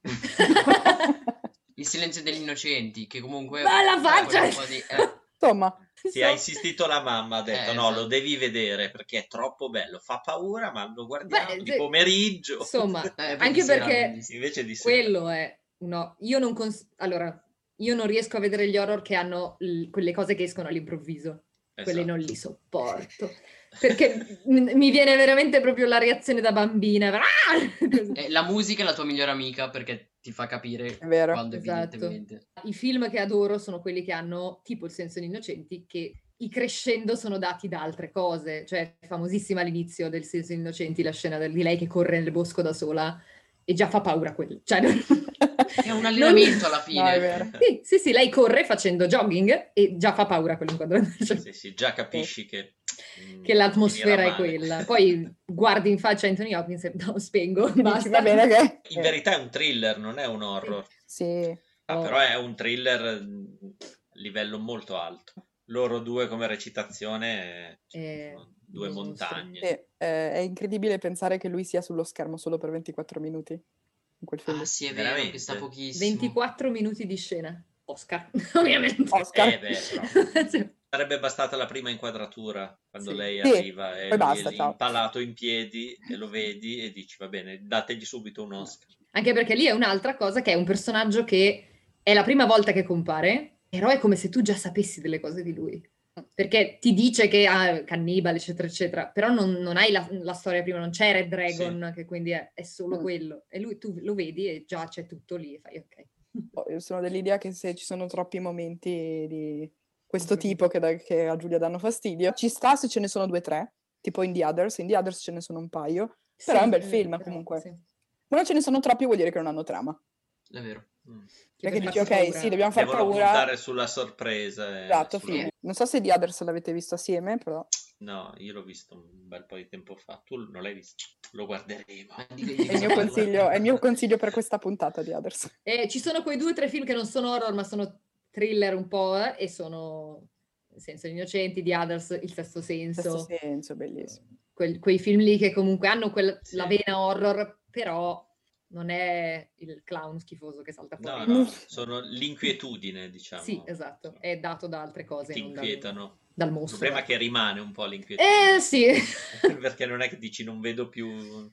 Il silenzio degli innocenti, che comunque Ma la ha faccia! quel po' di- eh, Insomma, Sì, ha insistito la mamma, ha detto Eh, no, esatto. lo devi vedere perché è troppo bello, fa paura, ma lo guardiamo Beh, di sì. pomeriggio. Insomma, Eh, poi anche di sera, perché quindi sì. Invece di sera. quello è no, io non cons- allora, io non riesco a vedere gli horror che hanno l- quelle cose che escono all'improvviso. Quelli Esatto. non li sopporto. Perché m- mi viene veramente proprio la reazione da bambina. Ah! Così. Eh, la musica è la tua migliore amica perché ti fa capire è vero. quando Esatto. evidentemente. I film che adoro sono quelli che hanno tipo Il senso degli innocenti, che i crescendo sono dati da altre cose. Cioè, è famosissima all'inizio del senso degli innocenti, la scena del- di lei che corre nel bosco da sola e già fa paura quello. Cioè, non- È un allenamento alla No, è fine. vero. Sì, sì, sì, lei corre facendo jogging e già fa paura quell'inquadratura. Cioè, Sì, sì, già capisci che... mm, che l'atmosfera finirà è male. quella. Poi guardi in faccia Anthony Hopkins e no, spengo, Dici, basta. va bene che... In verità è un thriller, non è un horror. Sì. Ah, Oh. però è un thriller mm, livello molto alto. Loro due come recitazione Eh, sono due mostri. montagne. Sì, eh, è incredibile pensare che lui sia sullo schermo solo per ventiquattro minuti in quel film. Ah sì, è vero, Veramente? che sta pochissimo. ventiquattro minuti di scena. Oscar, ovviamente. Oscar. Eh beh, però. Sì. Sarebbe bastata la prima inquadratura quando Sì. lei Sì, arriva e poi lui basta, è lì ciao. impalato in piedi e lo vedi e dici va bene, dategli subito un Oscar. Anche perché lì è un'altra cosa, che è un personaggio che è la prima volta che compare, però è come se tu già sapessi delle cose di lui. Perché ti dice che è cannibale, eccetera, eccetera, però non, non hai la, la storia prima, non c'è Red Dragon, che quindi è, è solo Mm. quello. E lui tu lo vedi e già c'è tutto lì e fai ok. Oh, io sono dell'idea che se ci sono troppi momenti di questo tipo che, da- che a Giulia danno fastidio, ci sta se ce ne sono due o tre, tipo in The Others, in The Others ce ne sono un paio, però è un bel eh, film però, comunque. sì. Quando ce ne sono troppi vuol dire che non hanno trama. È vero. Mm. Che Perché per dici, farti ok, paura. sì, dobbiamo far Devono paura. puntare sulla sorpresa. e Esatto, sul- fine. Non so se The Others l'avete visto assieme, però... No, io l'ho visto un bel po' di tempo fa. Tu non l'hai visto? Lo guarderemo. Ma di- di È il cosa mio parla? consiglio, è il mio consiglio per questa puntata di Others. E ci sono quei due o tre film che non sono horror, ma sono thriller un po', eh, e sono Il senso degli innocenti, The Others, Il sesto senso. Questo senso, bellissimo. Quel- quei film lì che comunque hanno quel- Sì. la vena horror, però non è il clown schifoso che salta No, fuori. no, sono l'inquietudine, diciamo. Sì, esatto, è dato da altre cose, Ti non dal, inquietano. dal Il mostro. problema è che rimane un po' l'inquietudine. Eh sì, Perché non è che dici non vedo più...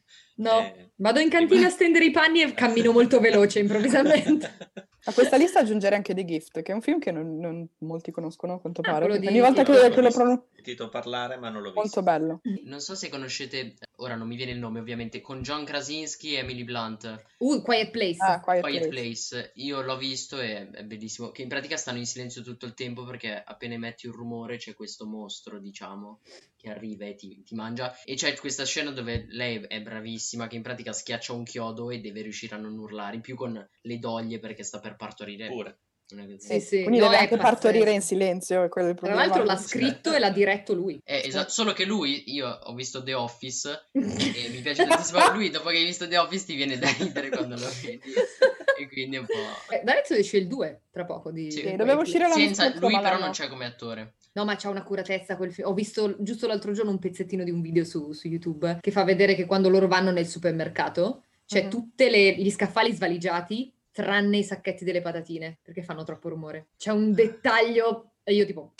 no, eh, vado in cantina a stendere i panni e cammino molto veloce improvvisamente. A questa lista aggiungerei anche The Gift, che è un film che non, non molti conoscono, a quanto Ah, pare. quello di- Ogni volta sì, che, L'ho che lo visto. pronuncio, Ho sentito parlare ma non l'ho visto. molto bello. Non so se conoscete, ora non mi viene il nome ovviamente, con John Krasinski e Emily Blunt, Uh, Quiet Place. Ah, Quiet, Quiet Place. Place. Io l'ho visto e è bellissimo, che in pratica stanno in silenzio tutto il tempo perché appena emetti un rumore c'è c'è questo mostro, diciamo, che arriva e ti, ti mangia. E c'è questa scena dove lei è bravissima, che in pratica schiaccia un chiodo e deve riuscire a non urlare, in più con le doglie perché sta per partorire. Pure. Non è che- Sì, sì. Quindi No, deve è anche pazzesco. partorire in silenzio, è quello il Tra problema. l'altro l'ha scritto e l'ha diretto lui. Eh, esatto, solo che lui, io ho visto The Office e mi piace tantissimo. Lui, dopo che hai visto The Office, ti viene da ridere quando lo vedi. E quindi è un po'. Eh, D'Alezzo esce il due tra poco di... Sì, Sì, doveva uscire l'anno Senza, scorso, lui ma però l'hanno- non c'è come attore. No, ma c'ha un'accuratezza quel film. Ho visto giusto l'altro giorno un pezzettino di un video su, su YouTube che fa vedere che quando loro vanno nel supermercato c'è Mhm. tutte le- gli scaffali svaligiati tranne i sacchetti delle patatine perché fanno troppo rumore. C'è un dettaglio e io tipo...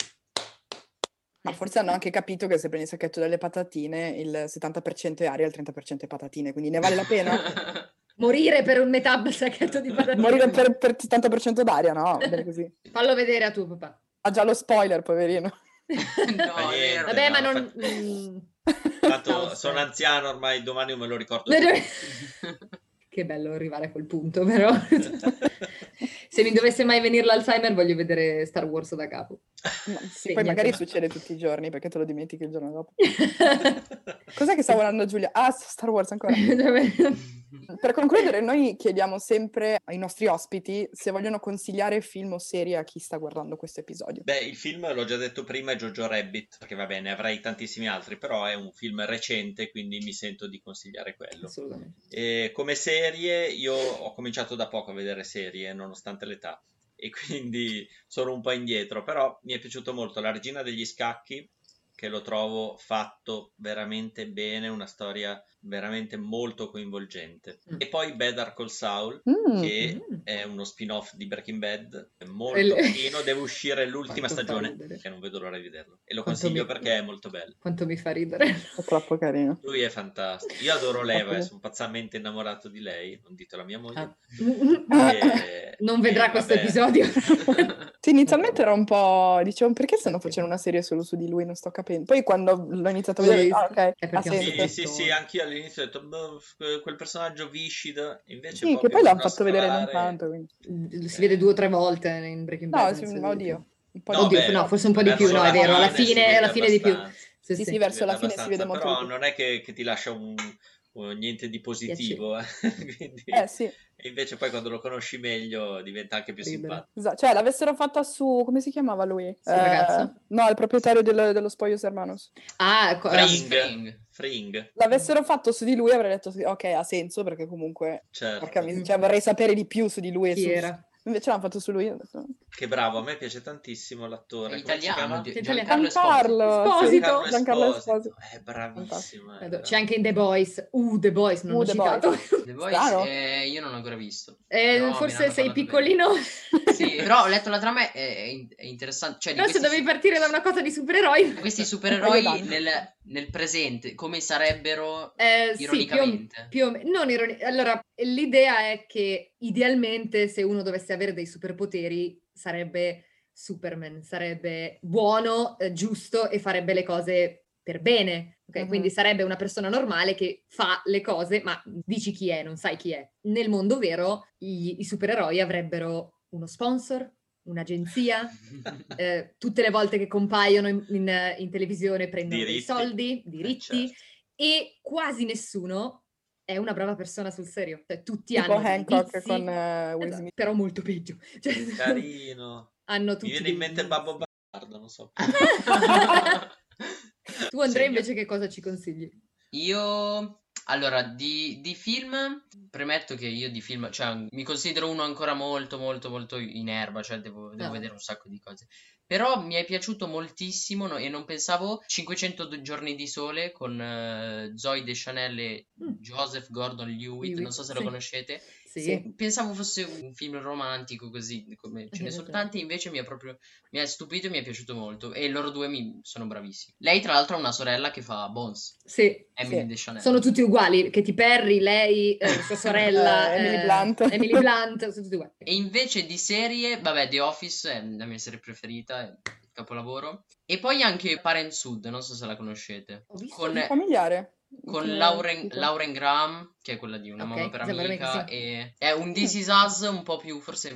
Ma forse hanno anche capito che se prendi il sacchetto delle patatine il settanta per cento è aria e il trenta per cento è patatine, quindi ne vale la pena? Morire per un metà sacchetto di patatine. Morire per, per il settanta per cento d'aria? No, va bene così. Fallo vedere a tuo papà. Ha già lo spoiler, poverino. No, Fa è vero. niente. Vabbè, no, ma non... fa- mm. Tanto No, sono aspetta. anziano ormai, domani me lo ricordo. Che bello arrivare a quel punto, però. Se mi dovesse mai venire l'Alzheimer, voglio vedere Star Wars da capo. Ma sì, Sì, poi magari niente. succede tutti i giorni perché te lo dimentichi il giorno dopo. Cos'è che sta guardando Giulia? Ah, Star Wars ancora. Per concludere, noi chiediamo sempre ai nostri ospiti se vogliono consigliare film o serie a chi sta guardando questo episodio. Beh, il film, l'ho già detto prima, è Jojo Rabbit, perché va bene, avrei tantissimi altri, però è un film recente, quindi mi sento di consigliare quello. Assolutamente. E come serie, io ho cominciato da poco a vedere serie, nonostante l'età, e quindi sono un po' indietro, però mi è piaciuto molto La Regina degli Scacchi, che lo trovo fatto veramente bene, una storia veramente molto coinvolgente. Mm. E poi Better Call Saul, Mm. che Mm. è uno spin-off di Breaking Bad, è molto E le- carino, deve uscire l'ultima Quanto fa stagione, ridere. che non vedo l'ora di vederlo. E lo Quanto consiglio mi- perché è molto bello. Quanto mi fa ridere. È troppo carino. Lui è fantastico. Io adoro lei, Troppo. eh, sono pazzamente innamorato di lei, non dito la mia moglie. Ah. E- Non vedrà e questo vabbè. episodio. Sì, inizialmente era un po'... Dicevo, perché stanno facendo una serie solo su di lui? Non sto capendo. Poi quando l'ho iniziato a vedere, Sì, ah, ok, è ha perché ha un senso. Sì, sì, sì, anch'io all'inizio ho detto, "Boh, f- quel personaggio viscido", invece Sì, che proprio poi l'hanno uno fatto vedere non scalare- tanto. Quindi. Si vede due o tre volte in Breaking No, Bad. sì, non si ma vede più. oddio. Un po' No, di- Oddio, beh, no, forse un po' di più, verso no, la è vero, alla fine si fine, vede alla fine di più. abbastanza. Sì, Sì, sì. sì, verso la vede fine si vede molto abbastanza, di però non è che, che ti lascia un, un- niente di positivo, eh. Quindi- Eh sì, e invece poi quando lo conosci meglio diventa anche più Ridere. simpatico. esatto. Cioè l'avessero fatta su... come si chiamava lui? Eh, Sì, ragazzo? No, il proprietario del- dello Spoglios Hermanos. Ah, co- Fring, Fring. Fring, L'avessero fatto su di lui avrei detto sì, ok, ha senso perché comunque... certo. Porca mis- cioè, vorrei sapere di più su di lui. e chi su- era? Invece l'hanno fatto su lui. ho detto, Che bravo, a me piace tantissimo l'attore. È Come si italiano, chiama? di- Sì, Giancarlo Giancarlo, Esposito. sì, Esposito. Giancarlo Esposito. È bravissimo. è Vedo, C'è bravo. anche in The Boys. Uh, The Boys, non Uh, l'ho The citato. The Voice, Strano. eh, io non l'ho ancora visto. Eh, Però me ne forse hanno sei parlato piccolino. bene. Sì, però ho letto la trama, è, è in- è interessante. Cioè, di Però se questi, dovevi partire da una cosa di supereroi... questi Un supereroi paio d'anni. nel, nel presente, come sarebbero Eh, sì, più o, ironicamente. più o meno. Non ironi- Allora, l'idea è che idealmente se uno dovesse avere dei superpoteri sarebbe Superman, sarebbe buono, eh, giusto e farebbe le cose per bene. Ok? Mhm. Quindi sarebbe una persona normale che fa le cose, ma dici chi è, non sai chi è. Nel mondo vero i, i supereroi avrebbero uno sponsor, un'agenzia, eh, tutte le volte che compaiono in, in- in televisione prendono dei Diritti. soldi, Eh, diritti, certo. e quasi nessuno è una brava persona sul serio. Cioè, tutti Tipo hanno dei Hancock vizi, con eh, Will esatto, Smith. però molto peggio. Cioè, Carino. hanno Mi tutti viene dei in mente vizi. Babbo Bastardo, non so. Tu Andrea Segno. invece che cosa ci consigli? Io, allora, di, di film, premetto che io di film, cioè, mi considero uno ancora molto, molto, molto in erba, cioè devo, devo Ah. vedere un sacco di cose. Però mi è piaciuto moltissimo no- e non pensavo cinquecento giorni di sole con eh, Zooey Deschanel e Mm. Joseph Gordon-Levitt, Lewitt, non so se lo sì. conoscete. Sì. Sì. Pensavo fosse un film romantico così, come ce ne Eh, sono esatto. tanti, invece mi ha proprio mi ha stupito e mi è piaciuto molto. E loro due mi sono bravissimi. Lei, tra l'altro, ha una sorella che fa Bones, Sì. Emily Sì. Deschanel. Sono tutti uguali, Katy Perry, lei, eh, sua sorella, Eh, Emily eh, Blunt. Emily Blunt, sono tutti uguali. E invece di serie, vabbè, The Office è la mia serie preferita, è il capolavoro. E poi anche Parenthood, non so se la conoscete. Ho visto Con, È familiare. con Come Lauren, titolo. Lauren Graham, che è quella di Una Ok, mamma per sembra amica, che sì. e è un This Is Us un po' più, forse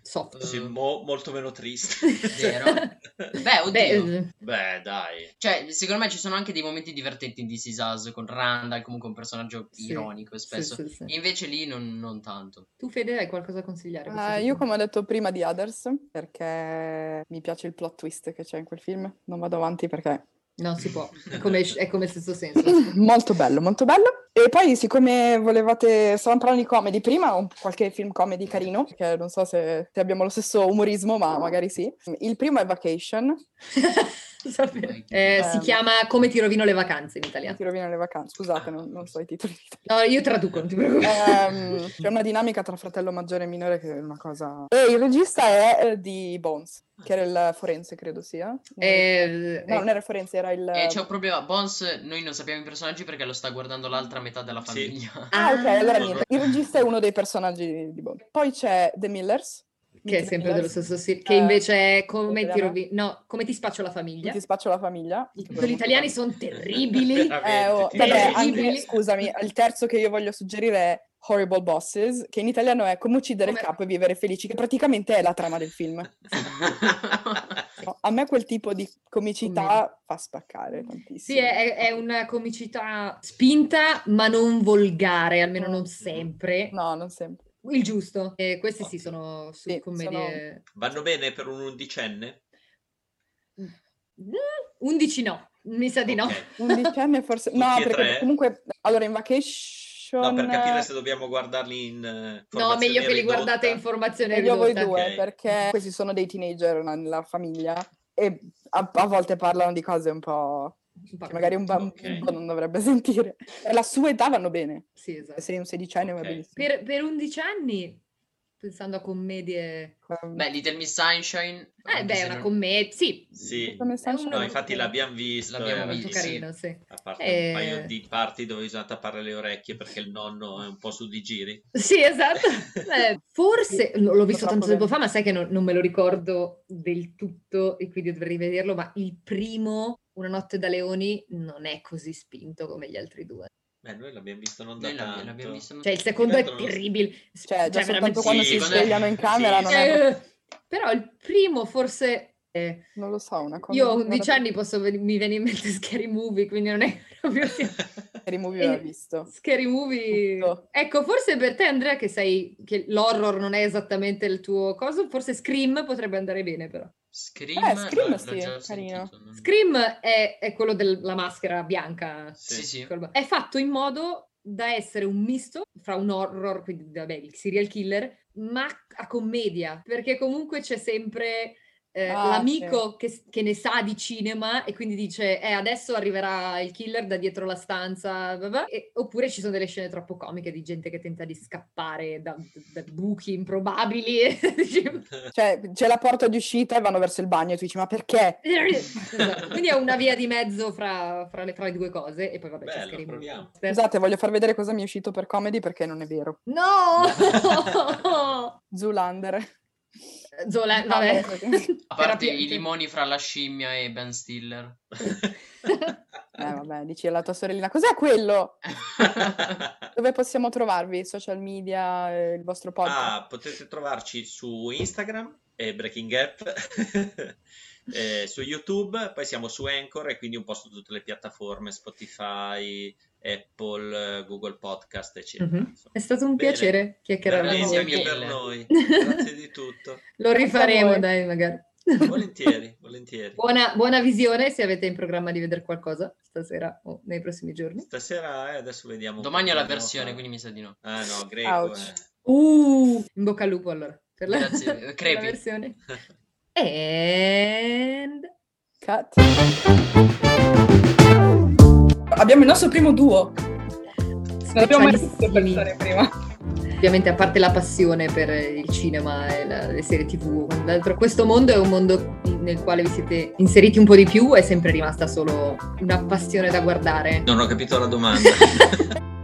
soft. Sì, mo- molto meno triste. Vero? Beh, oddio. Beh, Beh, dai. Cioè, secondo me ci sono anche dei momenti divertenti in This Is Us con Randall, comunque un personaggio Sì, ironico sì, spesso. sì, sì. E invece lì non, non tanto. Tu, Fede, hai qualcosa da consigliare? questo Eh, io, tipo? come ho detto prima, di Others, perché mi piace il plot twist che c'è in quel film. Non vado avanti perché Non si può, è come, è come stesso senso. molto bello, molto bello. E poi, siccome volevate, stavamo parlando di comedy prima, ho qualche film comedy carino, che non so se, se abbiamo lo stesso umorismo, ma magari sì. Il primo è Vacation, Sapevo. Eh, si Ehm. chiama Come ti rovino le vacanze in italiano. ti rovina le vacanze, scusate, non, non so i titoli. No, io traduco, non ti preoccupare. Ehm, c'è una dinamica tra fratello maggiore e minore che è una cosa... E il regista è eh, di Bones, che era il forense, credo sia. Eh, No, non era il forense, era il... E c'è un problema, Bones, noi non sappiamo i personaggi perché lo sta guardando l'altra metà della Sì. famiglia. Ah, ok, allora Ah. niente. Il regista è uno dei personaggi di Bones. Poi c'è The Millers, che è The sempre dello Millers, stesso stile, che Eh, invece è come ti italiano? rovi... No, come ti spaccio la famiglia. Ti spaccio la famiglia. I che titoli quello italiani molto sono terribili. Veramente, bello. Eh, oh, ti vabbè, prego. anche, Terribili. scusami, il terzo che io voglio suggerire è Horrible Bosses, che in italiano è Come uccidere Come- il capo e vivere felici, che praticamente è la trama del film. No, a me quel tipo di comicità Commedia. fa spaccare tantissimo. Sì, è, è una comicità spinta, ma non volgare, almeno non sempre. No, non sempre. Il giusto. E questi sì Ottimo. sono su Sì, commedie... Vanno bene per un undicenne? Mm, undici no, mi sa di no. Ok. Undicenne forse... Tutti No, e perché tre? comunque... Allora, in Vacation... No, per capire se dobbiamo guardarli in eh, No, meglio che li formazione guardate in ridotta. formazione Meglio voi ridotta. due, Ok. perché questi sono dei teenager nella famiglia e a, a volte parlano di cose un po' Un po' che magari un bambino Ok. non dovrebbe sentire. Per la sua età vanno bene. Sì, esatto. Se sei un sedicenne va Ok. benissimo. Per, per undici anni, pensando a commedie... Ehm, Beh, Little Miss Sunshine. Eh anche beh, se è una non- commedia, sì, Sì, come sta È uno- no, uscendo? infatti l'abbiamo visto. L'abbiamo era molto visto, sì. carino, sì. A parte Eh, un paio di parti dove bisogna tappare le orecchie perché il nonno è un po' su di giri. Sì, esatto. Eh, forse, l- l'ho visto Troppo tanto tempo bene. fa, ma sai che non, non me lo ricordo del tutto e quindi dovrei rivederlo, ma il primo, Una notte da leoni, non è così spinto come gli altri due. Beh, noi l'abbiamo visto non da Noi l'abbiamo, tanto. l'abbiamo visto. Cioè, il secondo è Diventa uno- terribile. Cioè, già veramente- soltanto quando sì, si secondo me- svegliano in camera sì, non è... Eh, però il primo forse... eh, Non lo so, una cosa... io a undici anni posso ven- mi viene in mente Scary Movie, quindi non è proprio... Scary Movie E- l'ho visto. Scary Movie. Tutto. Ecco, forse per te, Andrea, che sai che l'horror non è esattamente il tuo coso, forse Scream potrebbe andare bene, però. Scream, Eh, Scream l'ho- l'ho sì, già carino. sentito, non- Scream è, è quello della maschera bianca. Sì, sì. È fatto in modo da essere un misto fra un horror, quindi vabbè, il serial killer, ma a commedia, perché comunque c'è sempre eh, Ah, l'amico che, che ne sa di cinema e quindi dice eh, adesso arriverà il killer da dietro la stanza, blah blah", e- oppure ci sono delle scene troppo comiche di gente che tenta di scappare da, da buchi improbabili e dici, Cioè, c'è la porta di uscita e vanno verso il bagno e tu dici, ma perché? Esatto. Quindi è una via di mezzo fra, fra le, fra le due cose e poi vabbè c'è Bello, Scary Movie. proviamo. Scusate, voglio far vedere cosa mi è uscito per comedy perché non è vero. No! Zoolander. Zola, vabbè. A parte Terapia- i limoni fra la scimmia e Ben Stiller. Eh, vabbè, dici alla tua sorellina, cos'è quello? Dove possiamo trovarvi? Social media, eh, il vostro podcast? Ah, potete trovarci su Instagram e Breaking Gap, eh, su YouTube, poi siamo su Anchor e quindi un po' su tutte le piattaforme, Spotify, Apple, eh, Google Podcast, eccetera. Mhm. Insomma. È stato un Bene. piacere chiacchierare con Bellissimo Grazie voi. anche mille. per noi. Grazie di tutto. Lo rifaremo, voi. dai, magari. Volentieri, volentieri. Buona, buona visione se avete in programma di vedere qualcosa stasera o nei prossimi giorni. Stasera eh, adesso vediamo. Domani è cosa la dobbiamo versione, fare. quindi mi sa di no. Ah no, greco. Ouch. eh. Uh, in bocca al lupo allora. Per la, Grazie, per la crepi. versione. And... Cut. Abbiamo il nostro primo duo. Non abbiamo mai visto Specialissimi. persone prima. Ovviamente, a parte la passione per il cinema e la- le serie tivù, quant'altro, questo mondo è un mondo nel quale vi siete inseriti un po' di più, è sempre rimasta solo una passione da guardare. Non ho capito la domanda.